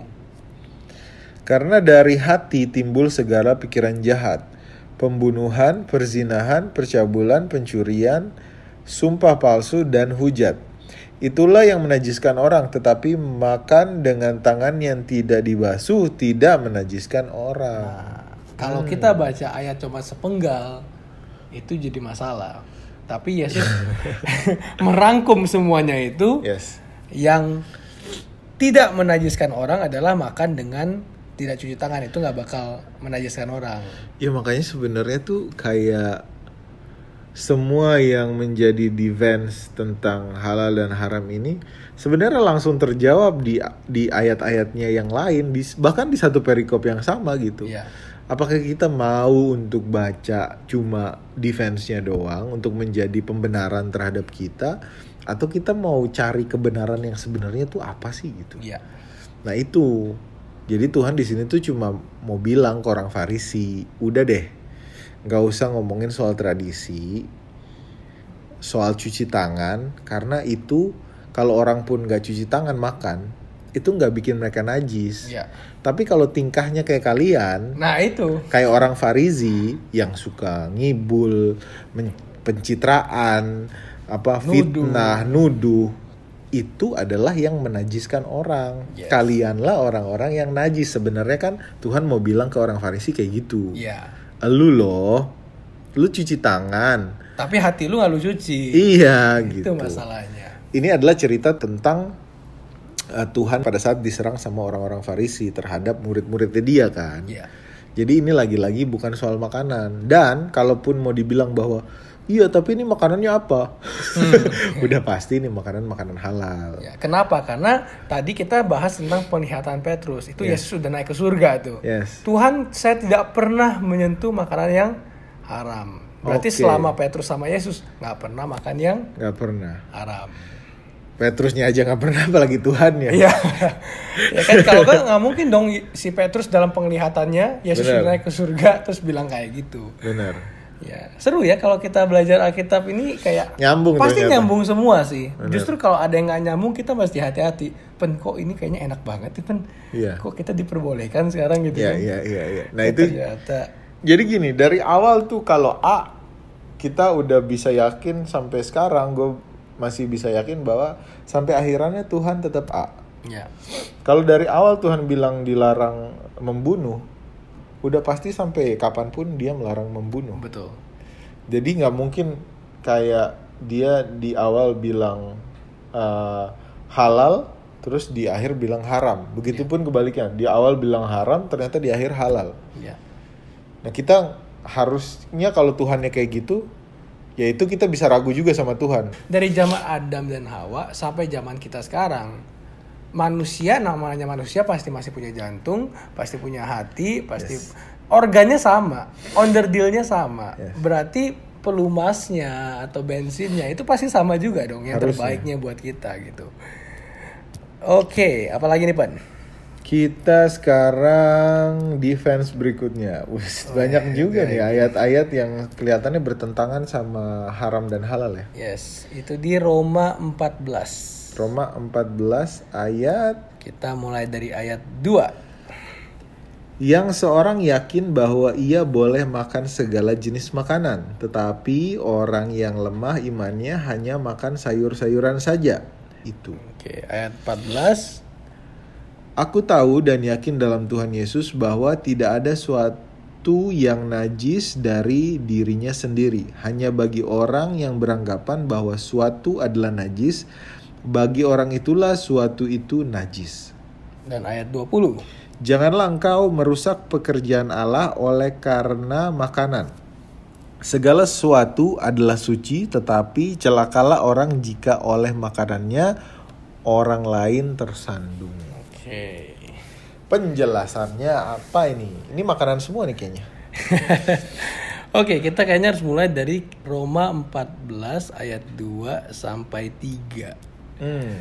Karena dari hati timbul segala pikiran jahat, pembunuhan, perzinahan, percabulan, pencurian, sumpah palsu dan hujat. Itulah yang menajiskan orang, tetapi makan dengan tangan yang tidak dibasuh tidak menajiskan orang. Nah, kalau hmm. kita baca ayat cuma sepenggal, itu jadi masalah. Tapi Yesus merangkum semuanya itu. Yes. Yang tidak menajiskan orang adalah makan dengan tidak cuci tangan. Itu gak bakal menajiskan orang. Ya makanya sebenarnya tuh kayak semua yang menjadi defense tentang halal dan haram ini sebenarnya langsung terjawab di di ayat-ayatnya yang lain, di, bahkan di satu perikop yang sama gitu. Yeah. Apakah kita mau untuk baca cuma defense-nya doang untuk menjadi pembenaran terhadap kita, atau kita mau cari kebenaran yang sebenarnya tuh apa sih gitu? Yeah. Nah itu, jadi Tuhan di sini tuh cuma mau bilang ke orang Farisi, udah deh, nggak usah ngomongin soal tradisi, soal cuci tangan, karena itu kalau orang pun nggak cuci tangan makan, itu nggak bikin mereka najis. Ya. Tapi kalau tingkahnya kayak kalian, nah itu kayak orang Farisi yang suka ngibul, men- pencitraan, apa fitnah, nuduh, itu adalah yang menajiskan orang. Yes. Kalianlah orang-orang yang najis. Sebenarnya kan Tuhan mau bilang ke orang Farisi kayak gitu. Yeah. Lu loh, lu cuci tangan, tapi hati lu nggak lu cuci. Iya, itu gitu. Itu masalahnya. Ini adalah cerita tentang uh, Tuhan pada saat diserang sama orang-orang Farisi terhadap murid-muridnya dia kan. Yeah. Jadi ini lagi-lagi bukan soal makanan. Dan kalaupun mau dibilang bahwa iya tapi ini makanannya apa? Hmm. Udah pasti ini makanan-makanan halal. Ya, kenapa? Karena tadi kita bahas tentang penglihatan Petrus. Itu yes. Yesus sudah naik ke surga tuh. Yes. Tuhan, saya tidak pernah menyentuh makanan yang haram. Berarti okay. selama Petrus sama Yesus gak pernah makan yang gak pernah haram. Petrusnya aja gak pernah, apalagi Tuhan ya. Iya. Ya kan kalau kan gak mungkin dong si Petrus dalam penglihatannya Yesus sudah naik ke surga terus bilang kayak gitu. Benar. Ya, seru ya kalau kita belajar Alkitab ini kayak nyambung pasti ternyata. Nyambung semua sih. Bener. Justru kalau ada yang nggak nyambung kita mesti hati-hati. Pen kok ini kayaknya enak banget, Pen. Iya. Kok kita diperbolehkan sekarang gitu Iya, kan? iya, iya, iya. Nah, ya, itu ternyata. Jadi gini, dari awal tuh kalau A kita udah bisa yakin sampai sekarang, gue masih bisa yakin bahwa sampai akhirannya Tuhan tetap A. Iya. Kalau dari awal Tuhan bilang dilarang membunuh, udah pasti sampai kapanpun dia melarang membunuh. Betul. Jadi nggak mungkin kayak dia di awal bilang uh, halal, terus di akhir bilang haram. Begitupun yeah. kebalikannya, di awal bilang haram, ternyata di akhir halal. Yeah. Nah kita harusnya kalau Tuhannya kayak gitu, ya itu kita bisa ragu juga sama Tuhan. Dari zaman Adam dan Hawa sampai zaman kita sekarang, manusia namanya manusia pasti masih punya jantung, pasti punya hati, pasti yes. organnya sama, onderdilnya sama. Yes. Berarti pelumasnya atau bensinnya itu pasti sama juga dong, yang harusnya terbaiknya buat kita gitu. Oke, apalagi nih Pan? Kita sekarang defense berikutnya. Wih, banyak oh, juga nih ayat-ayat yang kelihatannya bertentangan sama haram dan halal ya. Yes, itu di Roma empat belas. Roma empat belas ayat, kita mulai dari ayat dua. Yang seorang yakin bahwa ia boleh makan segala jenis makanan, tetapi orang yang lemah imannya hanya makan sayur-sayuran saja. Itu. Oke, ayat empat belas. Aku tahu dan yakin dalam Tuhan Yesus bahwa tidak ada suatu yang najis dari dirinya sendiri. Hanya bagi orang yang beranggapan bahwa suatu adalah najis, bagi orang itulah suatu itu najis. Dan ayat dua puluh. Janganlah engkau merusak pekerjaan Allah oleh karena makanan. Segala sesuatu adalah suci, tetapi celakalah orang jika oleh makanannya orang lain tersandung. Oke. Penjelasannya apa ini? Ini makanan semua nih kayaknya. Oke, kita kayaknya harus mulai dari Roma empat belas ayat dua sampai tiga. Hmm.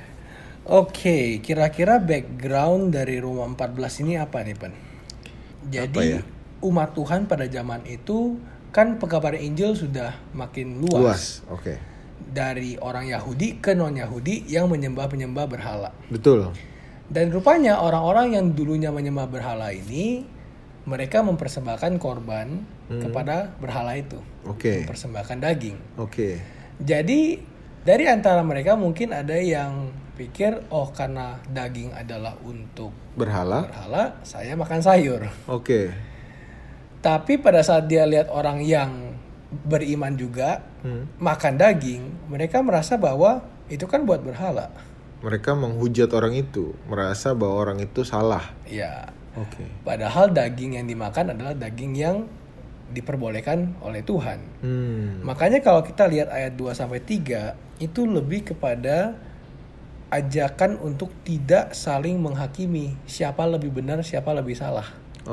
Oke, kira-kira background dari Roma empat belas ini apa nih, Pan? Jadi ya? Umat Tuhan pada zaman itu kan pekabaran Injil sudah makin luas. Luas, oke. Okay. Dari orang Yahudi ke non-Yahudi yang menyembah-penyembah berhala. Betul. Dan rupanya orang-orang yang dulunya menyembah berhala ini, mereka mempersembahkan korban hmm. kepada berhala itu. Oke. Okay. Mempersembahkan daging. Oke. Okay. Jadi dari antara mereka mungkin ada yang pikir, oh karena daging adalah untuk berhala, berhala, saya makan sayur. Oke. Okay. Tapi pada saat dia lihat orang yang beriman juga hmm. makan daging, mereka merasa bahwa itu kan buat berhala. Mereka menghujat orang itu, merasa bahwa orang itu salah. Iya. Oke. Okay. Padahal daging yang dimakan adalah daging yang diperbolehkan oleh Tuhan. Hmm. Makanya kalau kita lihat ayat dua sampai tiga itu lebih kepada ajakan untuk tidak saling menghakimi siapa lebih benar, siapa lebih salah.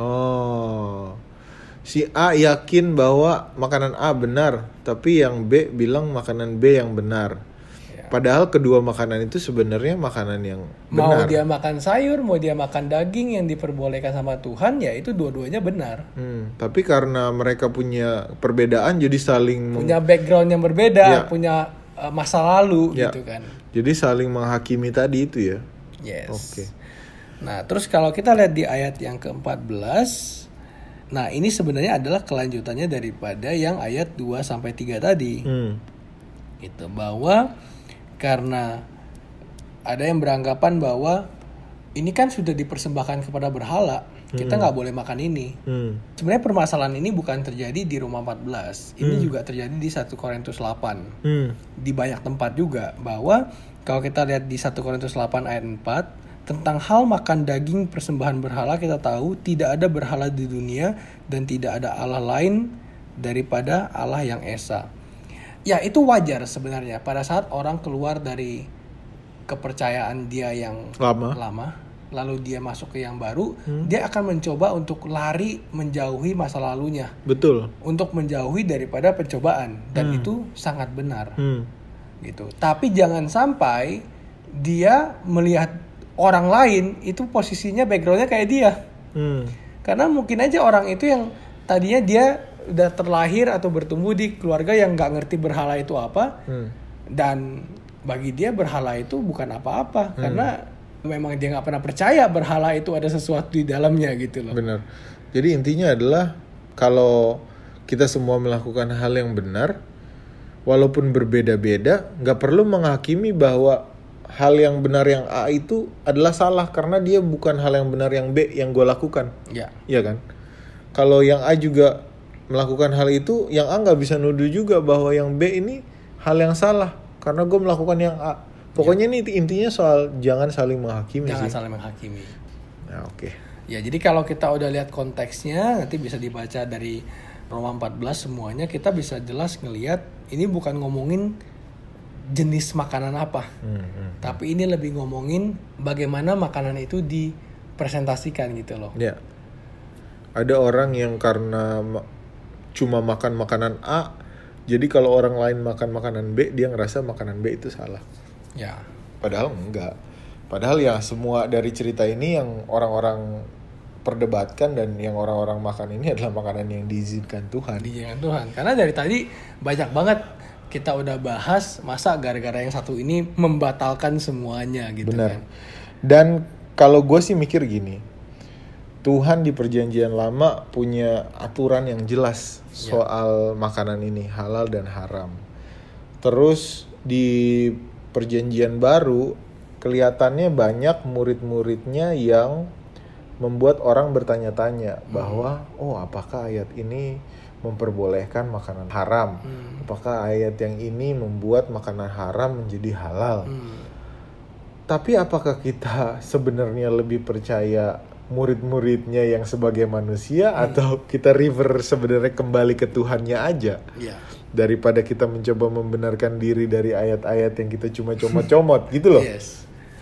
Oh. Si A yakin bahwa makanan A benar, tapi yang B bilang makanan B yang benar. Ya. Padahal kedua makanan itu sebenarnya makanan yang benar. Mau dia makan sayur, mau dia makan daging yang diperbolehkan sama Tuhan, ya itu dua-duanya benar. Hmm, tapi karena mereka punya perbedaan, jadi saling punya background yang berbeda, ya. punya uh, masa lalu, ya. gitu kan. Jadi saling menghakimi tadi itu ya. Yes. Oke. Okay. Nah, terus kalau kita lihat di ayat yang keempat belas. Nah, ini sebenarnya adalah kelanjutannya daripada yang ayat dua sampai tiga tadi. Hmm. Gitu, bahwa karena ada yang beranggapan bahwa ini kan sudah dipersembahkan kepada berhala, hmm. kita nggak boleh makan ini. Hmm. Sebenarnya permasalahan ini bukan terjadi di Roma empat belas. Ini hmm. juga terjadi di satu Korintus delapan. Hmm. Di banyak tempat juga, bahwa kalau kita lihat di satu Korintus delapan ayat empat, tentang hal makan daging persembahan berhala, kita tahu tidak ada berhala di dunia dan tidak ada Allah lain daripada Allah yang Esa. Ya, itu wajar sebenarnya pada saat orang keluar dari kepercayaan dia yang lama, lama lalu dia masuk ke yang baru, hmm. dia akan mencoba untuk lari menjauhi masa lalunya. Betul. Untuk menjauhi daripada pencobaan, dan hmm. itu sangat benar. Hmm. Gitu. Tapi jangan sampai dia melihat orang lain itu posisinya backgroundnya kayak dia. Hmm. Karena mungkin aja orang itu yang tadinya dia udah terlahir atau bertumbuh di keluarga yang nggak ngerti berhala itu apa, hmm. dan bagi dia berhala itu bukan apa-apa, hmm. karena memang dia nggak pernah percaya berhala itu ada sesuatu di dalamnya gitu loh. Benar. Jadi intinya adalah kalau kita semua melakukan hal yang benar, walaupun berbeda-beda, nggak perlu menghakimi bahwa hal yang benar yang A itu adalah salah karena dia bukan hal yang benar yang B yang gue lakukan. Iya. Iya kan? Kalau yang A juga melakukan hal itu, yang A nggak bisa nuduh juga bahwa yang B ini hal yang salah karena gue melakukan yang A. Pokoknya ya. Ini intinya soal jangan saling menghakimi. Jangan sih. saling menghakimi. Nah, oke. Okay. Ya, jadi kalau kita udah lihat konteksnya, nanti bisa dibaca dari Roma empat belas semuanya, kita bisa jelas ngelihat ini bukan ngomongin jenis makanan apa, hmm, hmm, tapi ini lebih ngomongin bagaimana makanan itu dipresentasikan gitu loh. Ya, ada orang yang karena ma- cuma makan makanan A, jadi kalau orang lain makan makanan B, dia ngerasa makanan B itu salah. Ya. Padahal enggak. Padahal ya semua dari cerita ini yang orang-orang perdebatkan dan yang orang-orang makan ini adalah makanan yang diizinkan Tuhan. Diizinkan Tuhan. Karena dari tadi banyak banget kita udah bahas, masa gara-gara yang satu ini membatalkan semuanya gitu. Benar. Kan. Dan kalau gue sih mikir gini, Tuhan di perjanjian lama punya aturan yang jelas ya. Soal makanan ini, halal dan haram. Terus di perjanjian baru, kelihatannya banyak murid-muridnya yang membuat orang bertanya-tanya hmm. bahwa oh apakah ayat ini memperbolehkan makanan haram? Hmm. Apakah ayat yang ini membuat makanan haram menjadi halal? Hmm. Tapi apakah kita sebenarnya lebih percaya murid-muridnya yang sebagai manusia hmm. atau kita river sebenarnya kembali ke Tuhannya aja? Yeah. Daripada kita mencoba membenarkan diri dari ayat-ayat yang kita cuma comot-comot gitu loh. Yes.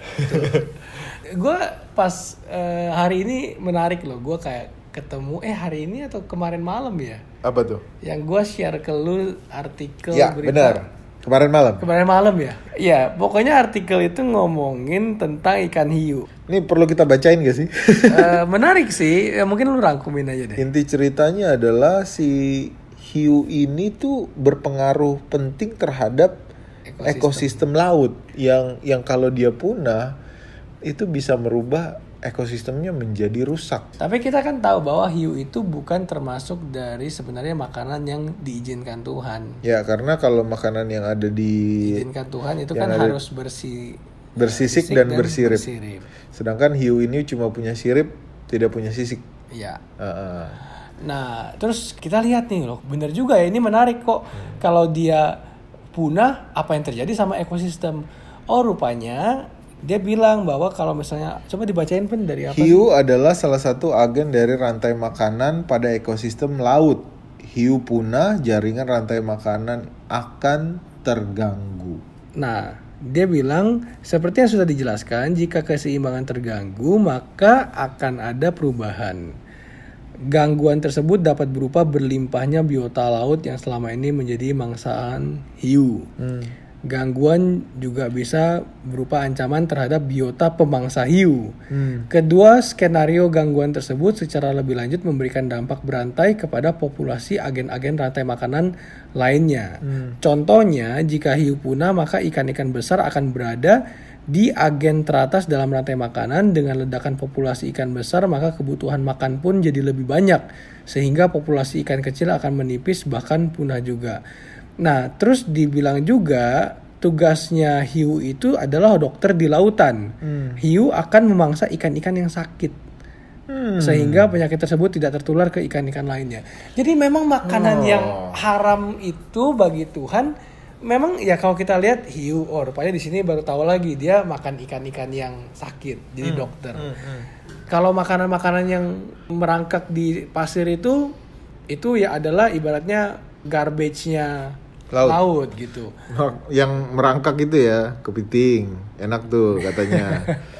Gue pas uh, hari ini menarik loh, gue kayak ketemu eh hari ini atau kemarin malam ya? Apa tuh? Yang gue share ke lu artikel ya, berita. Benar. Kemarin malam. Kemarin malam ya? Iya, pokoknya artikel itu ngomongin tentang ikan hiu. Ini perlu kita bacain gak sih? uh, menarik sih, ya, mungkin lu rangkumin aja deh. Inti ceritanya adalah si hiu ini tuh berpengaruh penting terhadap ekosistem, ekosistem laut yang yang kalau dia punah itu bisa merubah ekosistemnya menjadi rusak. Tapi kita kan tahu bahwa hiu itu bukan termasuk dari sebenarnya makanan yang diizinkan Tuhan. Ya, karena kalau makanan yang ada di diizinkan Tuhan itu kan harus bersih, bersisik dan, dan bersirip. bersirip. Sedangkan hiu ini cuma punya sirip, tidak punya sisik. Iya. Uh-uh. Nah, terus kita lihat nih loh, bener juga ya, ini menarik kok. Hmm. Kalau dia punah, apa yang terjadi sama ekosistem? Oh, rupanya dia bilang bahwa kalau misalnya, coba dibacain Pen dari apa? Hiu sih? Adalah salah satu agen dari rantai makanan pada ekosistem laut. Hiu punah, jaringan rantai makanan akan terganggu. Nah, dia bilang seperti yang sudah dijelaskan, jika keseimbangan terganggu, maka akan ada perubahan. Gangguan tersebut dapat berupa berlimpahnya biota laut yang selama ini menjadi mangsaan hiu. Hmm. Gangguan juga bisa berupa ancaman terhadap biota pemangsa hiu. Hmm. Kedua skenario gangguan tersebut secara lebih lanjut memberikan dampak berantai kepada populasi agen-agen rantai makanan lainnya. Hmm. Contohnya, jika hiu punah, maka ikan-ikan besar akan berada di agen teratas dalam rantai makanan. Dengan ledakan populasi ikan besar, maka kebutuhan makan pun jadi lebih banyak, sehingga populasi ikan kecil akan menipis bahkan punah juga. Nah, terus dibilang juga tugasnya hiu itu adalah dokter di lautan. Hmm. Hiu akan memangsa ikan-ikan yang sakit, hmm. sehingga penyakit tersebut tidak tertular ke ikan-ikan lainnya. Jadi memang makanan oh. yang haram itu bagi Tuhan, memang ya kalau kita lihat hiu, oh rupanya di sini baru tahu lagi dia makan ikan-ikan yang sakit, jadi hmm. dokter. Hmm. Hmm. Kalau makanan-makanan yang merangkak di pasir itu, itu ya adalah ibaratnya garbage-nya laut. laut gitu. Yang merangkak itu ya, kepiting, enak tuh katanya.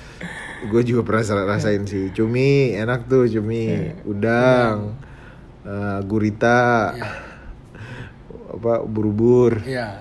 Gue juga pernah rasain sih. Cumi, enak tuh cumi. Udang, uh, gurita, ya. apa ubur-ubur. Ya.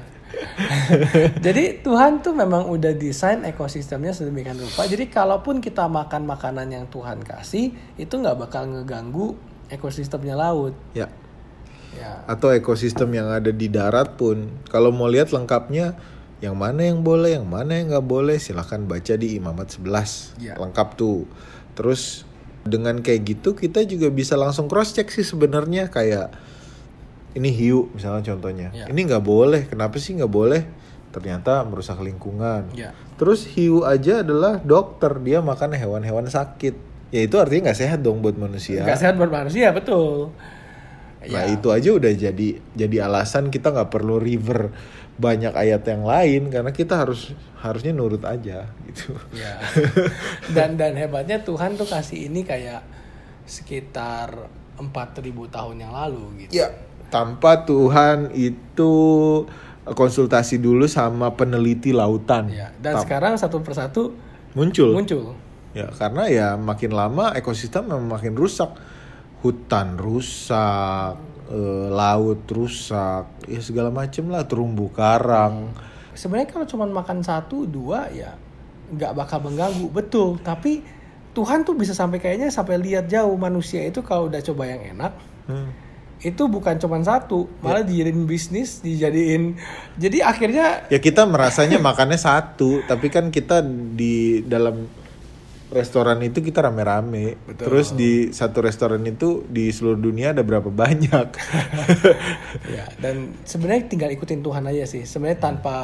Jadi Tuhan tuh memang udah desain ekosistemnya sedemikian rupa. Jadi kalaupun kita makan makanan yang Tuhan kasih, itu nggak bakal ngeganggu ekosistemnya laut. Ya. Ya. Atau ekosistem yang ada di darat pun. Kalau mau lihat lengkapnya, yang mana yang boleh, yang mana yang nggak boleh, silahkan baca di Imamat sebelas. Ya. Lengkap tuh. Terus dengan kayak gitu kita juga bisa langsung cross check sih sebenarnya, kayak ini hiu misalnya contohnya. Ya. Ini nggak boleh. Kenapa sih nggak boleh? Ternyata merusak lingkungan. Ya. Terus hiu aja adalah dokter, dia makan hewan-hewan sakit. Ya itu artinya nggak sehat dong buat manusia. Nggak sehat buat manusia, betul. Nah ya. Itu aja udah jadi jadi alasan kita nggak perlu river banyak ayat yang lain, karena kita harus harusnya nurut aja gitu. Ya. Dan dan hebatnya Tuhan tuh kasih ini kayak sekitar empat ribu tahun yang lalu gitu. Ya, tanpa Tuhan itu konsultasi dulu sama peneliti lautan. Ya. Dan Tam- sekarang satu persatu muncul. Muncul. Ya, karena ya makin lama ekosistem memang makin rusak. Hutan rusak, e, laut rusak, ya segala macem lah, terumbu karang. Sebenarnya kalau cuma makan satu dua ya nggak bakal mengganggu, betul. Tapi Tuhan tuh bisa sampai kayaknya sampai lihat jauh manusia itu kalau udah coba yang enak, hmm. itu bukan cuma satu, malah ya. dijadiin bisnis, dijadiin. Jadi akhirnya ya kita merasanya makannya satu, tapi kan kita di dalam restoran itu kita rame-rame. Betul. Terus di satu restoran itu di seluruh dunia ada berapa banyak. Ya, dan sebenarnya tinggal ikutin Tuhan aja sih. Sebenarnya tanpa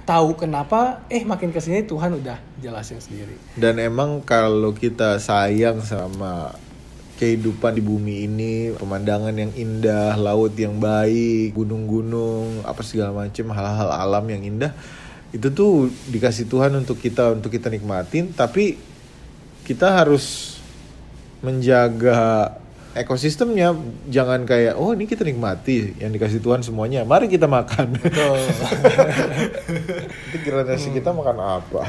tahu kenapa, eh makin kesini Tuhan udah jelasin sendiri. Dan emang kalau kita sayang sama kehidupan di bumi ini, pemandangan yang indah, laut yang baik, gunung-gunung, apa segala macam hal-hal alam yang indah, itu tuh dikasih Tuhan untuk kita untuk kita nikmatin, tapi kita harus menjaga ekosistemnya. Jangan kayak oh ini kita nikmati yang dikasih Tuhan semuanya, mari kita makan. Betul. Itu kira nasi hmm. kita makan apa?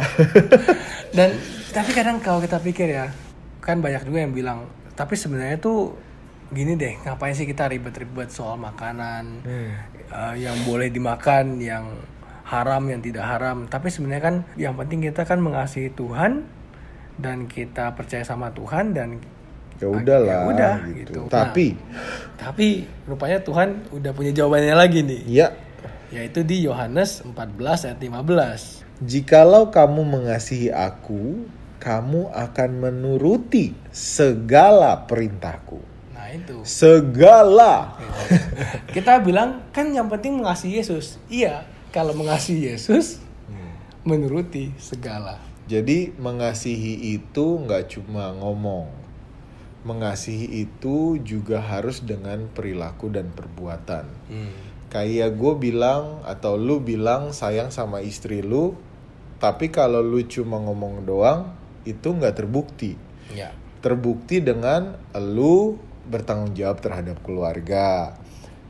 Dan tapi kadang kalau kita pikir ya, kan banyak juga yang bilang, tapi sebenarnya tuh gini deh, ngapain sih kita ribet-ribet soal makanan hmm. uh, yang boleh dimakan, yang haram, yang tidak haram. Tapi sebenarnya kan yang penting kita kan mengasihi Tuhan dan kita percaya sama Tuhan, dan ya udahlah ya udah gitu. gitu. Tapi nah, tapi rupanya Tuhan udah punya jawabannya lagi nih. Ya. Yaitu di Yohanes empat belas ayat lima belas. Jikalau kamu mengasihi aku, kamu akan menuruti segala perintahku. Nah itu. Segala. Kita bilang kan yang penting mengasihi Yesus. Iya, kalau mengasihi Yesus hmm. menuruti segala. Jadi mengasihi itu nggak cuma ngomong. Mengasihi itu juga harus dengan perilaku dan perbuatan. Hmm. Kayak gue bilang atau lu bilang sayang sama istri lu, tapi kalau lu cuma ngomong doang, itu nggak terbukti. Ya. Terbukti dengan lu bertanggung jawab terhadap keluarga,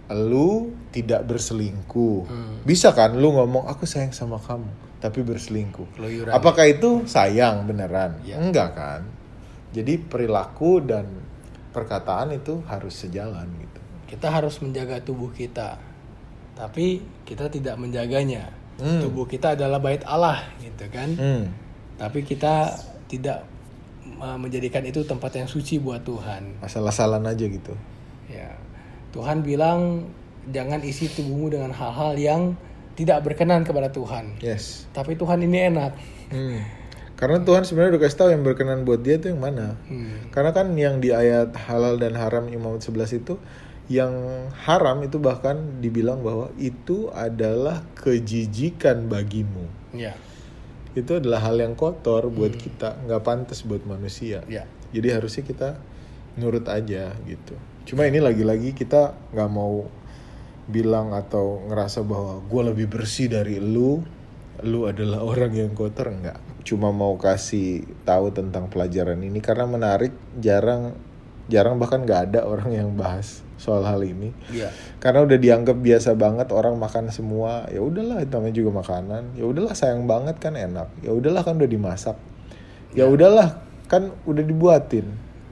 lu tidak berselingkuh. Hmm. Bisa kan lu ngomong aku sayang sama kamu, tapi berselingkuh. Keluyuran. Apakah itu sayang beneran? Ya. Enggak kan? Jadi perilaku dan perkataan itu harus sejalan gitu. Kita harus menjaga tubuh kita, tapi kita tidak menjaganya. Hmm. Tubuh kita adalah bait Allah, gitu kan? Hmm. Tapi kita tidak uh, menjadikan itu tempat yang suci buat Tuhan. Asal-asalan aja gitu. Ya, Tuhan bilang jangan isi tubuhmu dengan hal-hal yang tidak berkenan kepada Tuhan. Yes. Tapi Tuhan ini enak. Hmm. Karena Tuhan sebenarnya udah kasih tahu yang berkenan buat dia tuh yang mana. Hmm. Karena kan yang di ayat halal dan haram Imamat sebelas itu, yang haram itu bahkan dibilang bahwa itu adalah kejijikan bagimu. Ya. Itu adalah hal yang kotor buat hmm. kita, nggak pantas buat manusia. Ya. Jadi harusnya kita nurut aja gitu. Cuma ini lagi-lagi kita nggak mau bilang atau ngerasa bahwa gue lebih bersih dari lu, lu adalah orang yang kotor, enggak. Cuma mau kasih tahu tentang pelajaran ini karena menarik, jarang jarang bahkan nggak ada orang yang bahas soal hal ini. Ya. Karena udah dianggap biasa banget orang makan semua. Ya udahlah, itu namanya juga makanan. Ya udahlah, sayang banget kan enak. Ya udahlah kan udah dimasak. Ya, ya udahlah kan udah dibuatin.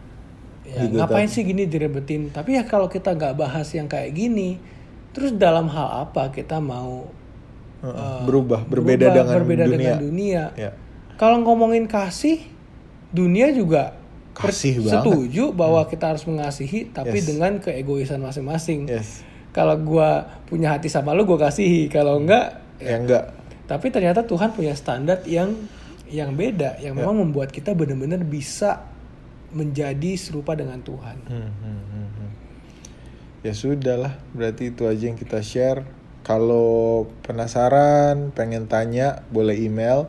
Ya, gitu, ngapain kan sih gini direbetin? Tapi ya kalau kita nggak bahas yang kayak gini, terus dalam hal apa kita mau uh, uh, berubah, berbeda berubah, dengan berbeda dunia? Dengan dunia. Ya. Kalau ngomongin kasih, dunia juga kasih per- setuju bahwa hmm. kita harus mengasihi, tapi yes. dengan keegoisan masing-masing. Yes. Kalau gue punya hati sama lu, gue kasihi. Kalau enggak, ya, ya enggak. Tapi ternyata Tuhan punya standar yang yang beda, yang ya. memang membuat kita benar-benar bisa menjadi serupa dengan Tuhan. Hmm, hmm, hmm, hmm. Ya sudahlah, berarti itu aja yang kita share. Kalau penasaran, pengen tanya, boleh email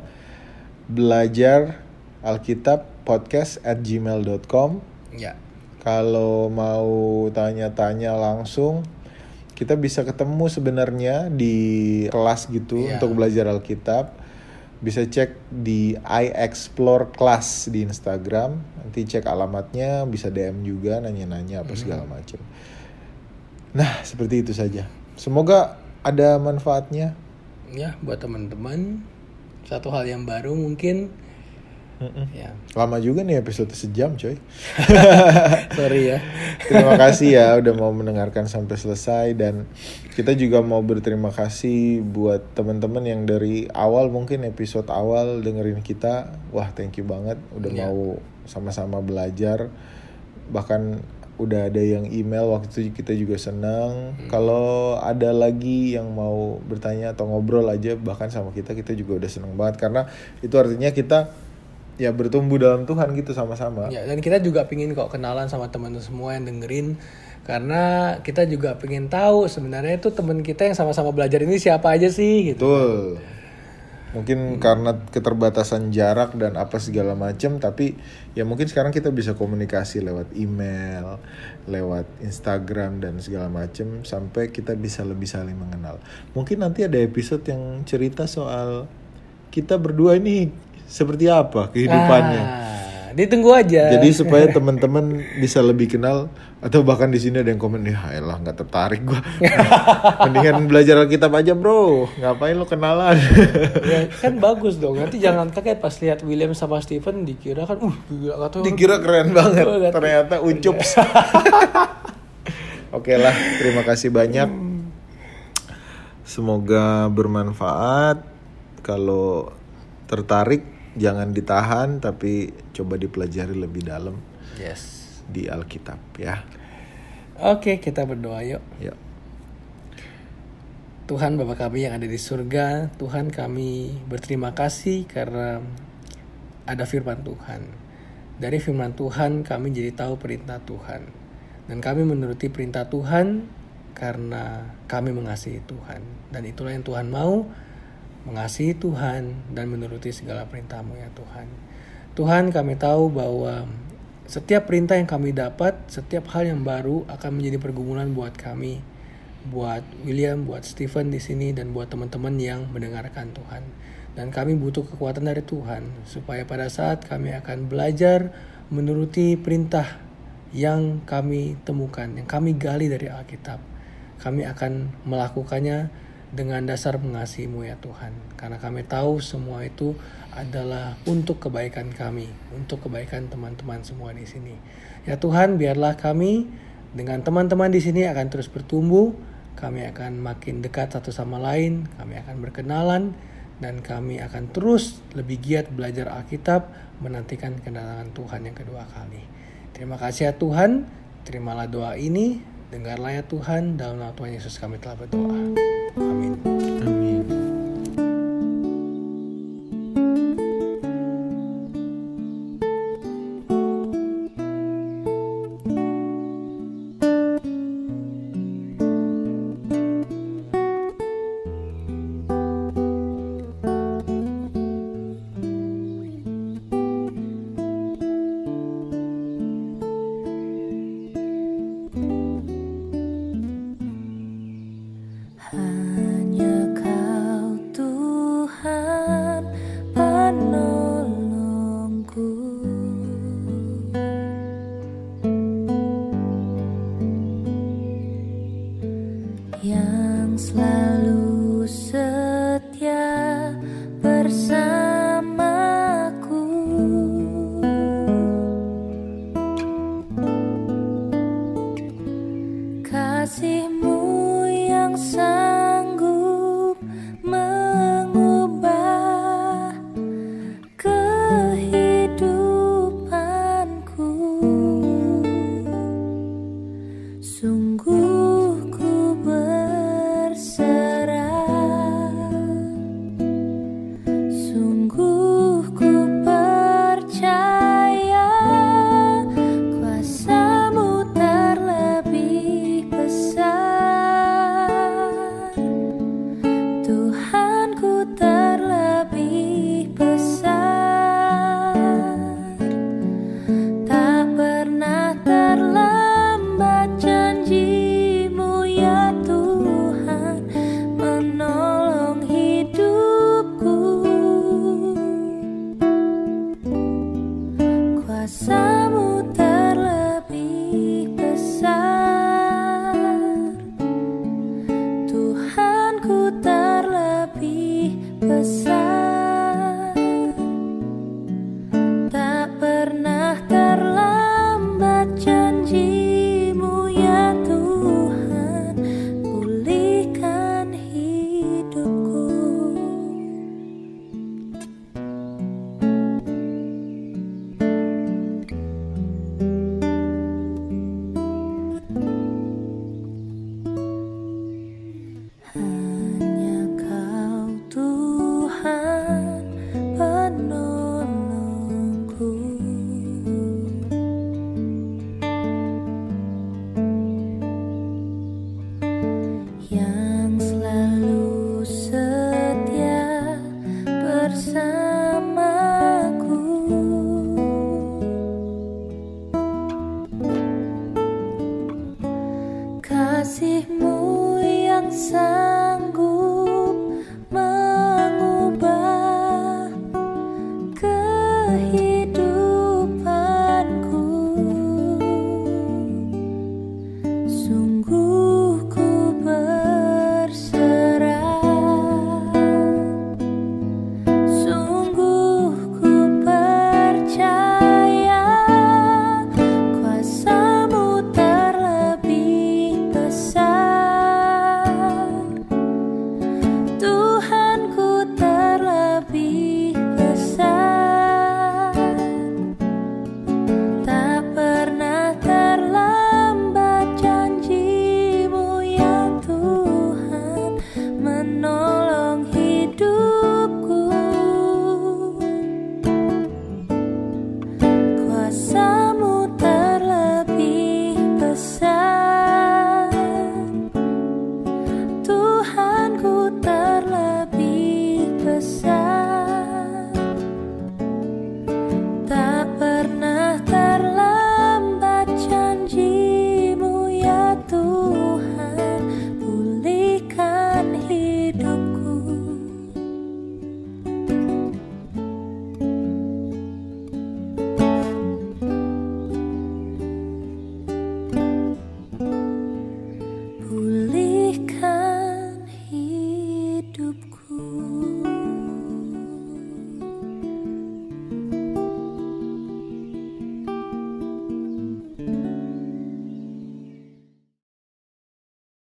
belajar alkitab podcast at gmail dot com. Ya. Kalau mau tanya-tanya langsung, kita bisa ketemu sebenarnya di kelas gitu ya. Untuk belajar Alkitab. Bisa cek di I Explore Class di Instagram. Nanti cek alamatnya, bisa D M juga, nanya-nanya apa segala hmm. macam. Nah, seperti itu saja. Semoga ada manfaatnya. Ya, buat teman-teman. Satu hal yang baru mungkin. Ya. Lama juga nih episode sejam coy. Sorry ya. Terima kasih ya udah mau mendengarkan sampai selesai. Dan kita juga mau berterima kasih buat teman-teman yang dari awal, mungkin episode awal dengerin kita. Wah, thank you banget udah ya. Mau sama-sama belajar. Bahkan udah ada yang email waktu itu, kita juga senang. Hmm. Kalau ada lagi yang mau bertanya atau ngobrol aja bahkan sama kita, kita juga udah senang banget. Karena itu artinya kita ya bertumbuh dalam Tuhan gitu sama-sama. Ya, dan kita juga pingin kok kenalan sama teman-teman semua yang dengerin. Karena kita juga pengen tahu sebenarnya itu teman kita yang sama-sama belajar ini siapa aja sih gitu. Betul. Mungkin hmm. karena keterbatasan jarak dan apa segala macam, tapi ya mungkin sekarang kita bisa komunikasi lewat email, lewat Instagram dan segala macam sampai kita bisa lebih saling mengenal. Mungkin nanti ada episode yang cerita soal kita berdua ini seperti apa kehidupannya. Ah, ditunggu aja. Jadi supaya teman-teman bisa lebih kenal, atau bahkan di sini ada yang komen, ya elah nggak tertarik gue. Mendingan belajar Alkitab aja bro, ngapain lo kenalan? Ya, kan bagus dong. Nanti jangan kaget pas lihat William sama Stephen dikira kan, uh, gila, kata dikira keren banget. Oh, ternyata ucup. Oke lah, terima kasih banyak. Semoga bermanfaat. Kalau tertarik, jangan ditahan, tapi coba dipelajari lebih dalam. Yes. Di Alkitab ya. Oke, kita berdoa yuk. Yuk. Tuhan Bapa kami yang ada di surga, Tuhan kami berterima kasih karena ada firman Tuhan. Dari firman Tuhan kami jadi tahu perintah Tuhan. Dan kami menuruti perintah Tuhan karena kami mengasihi Tuhan. Dan itulah yang Tuhan mau, mengasihi Tuhan dan menuruti segala perintah-Mu ya Tuhan. Tuhan kami tahu bahwa setiap perintah yang kami dapat, setiap hal yang baru akan menjadi pergumulan buat kami, buat William, buat Stephen di sini, dan buat teman-teman yang mendengarkan Tuhan. Dan kami butuh kekuatan dari Tuhan, supaya pada saat kami akan belajar menuruti perintah yang kami temukan, yang kami gali dari Alkitab, kami akan melakukannya dengan dasar mengasihi-Mu ya Tuhan. Karena kami tahu semua itu adalah untuk kebaikan kami, untuk kebaikan teman-teman semua di sini. Ya Tuhan, biarlah kami dengan teman-teman di sini akan terus bertumbuh, kami akan makin dekat satu sama lain, kami akan berkenalan, dan kami akan terus lebih giat belajar Alkitab, menantikan kedatangan Tuhan yang kedua kali. Terima kasih ya Tuhan, terimalah doa ini, dengarlah ya Tuhan, dalam nama Tuhan Yesus kami telah berdoa. Amin.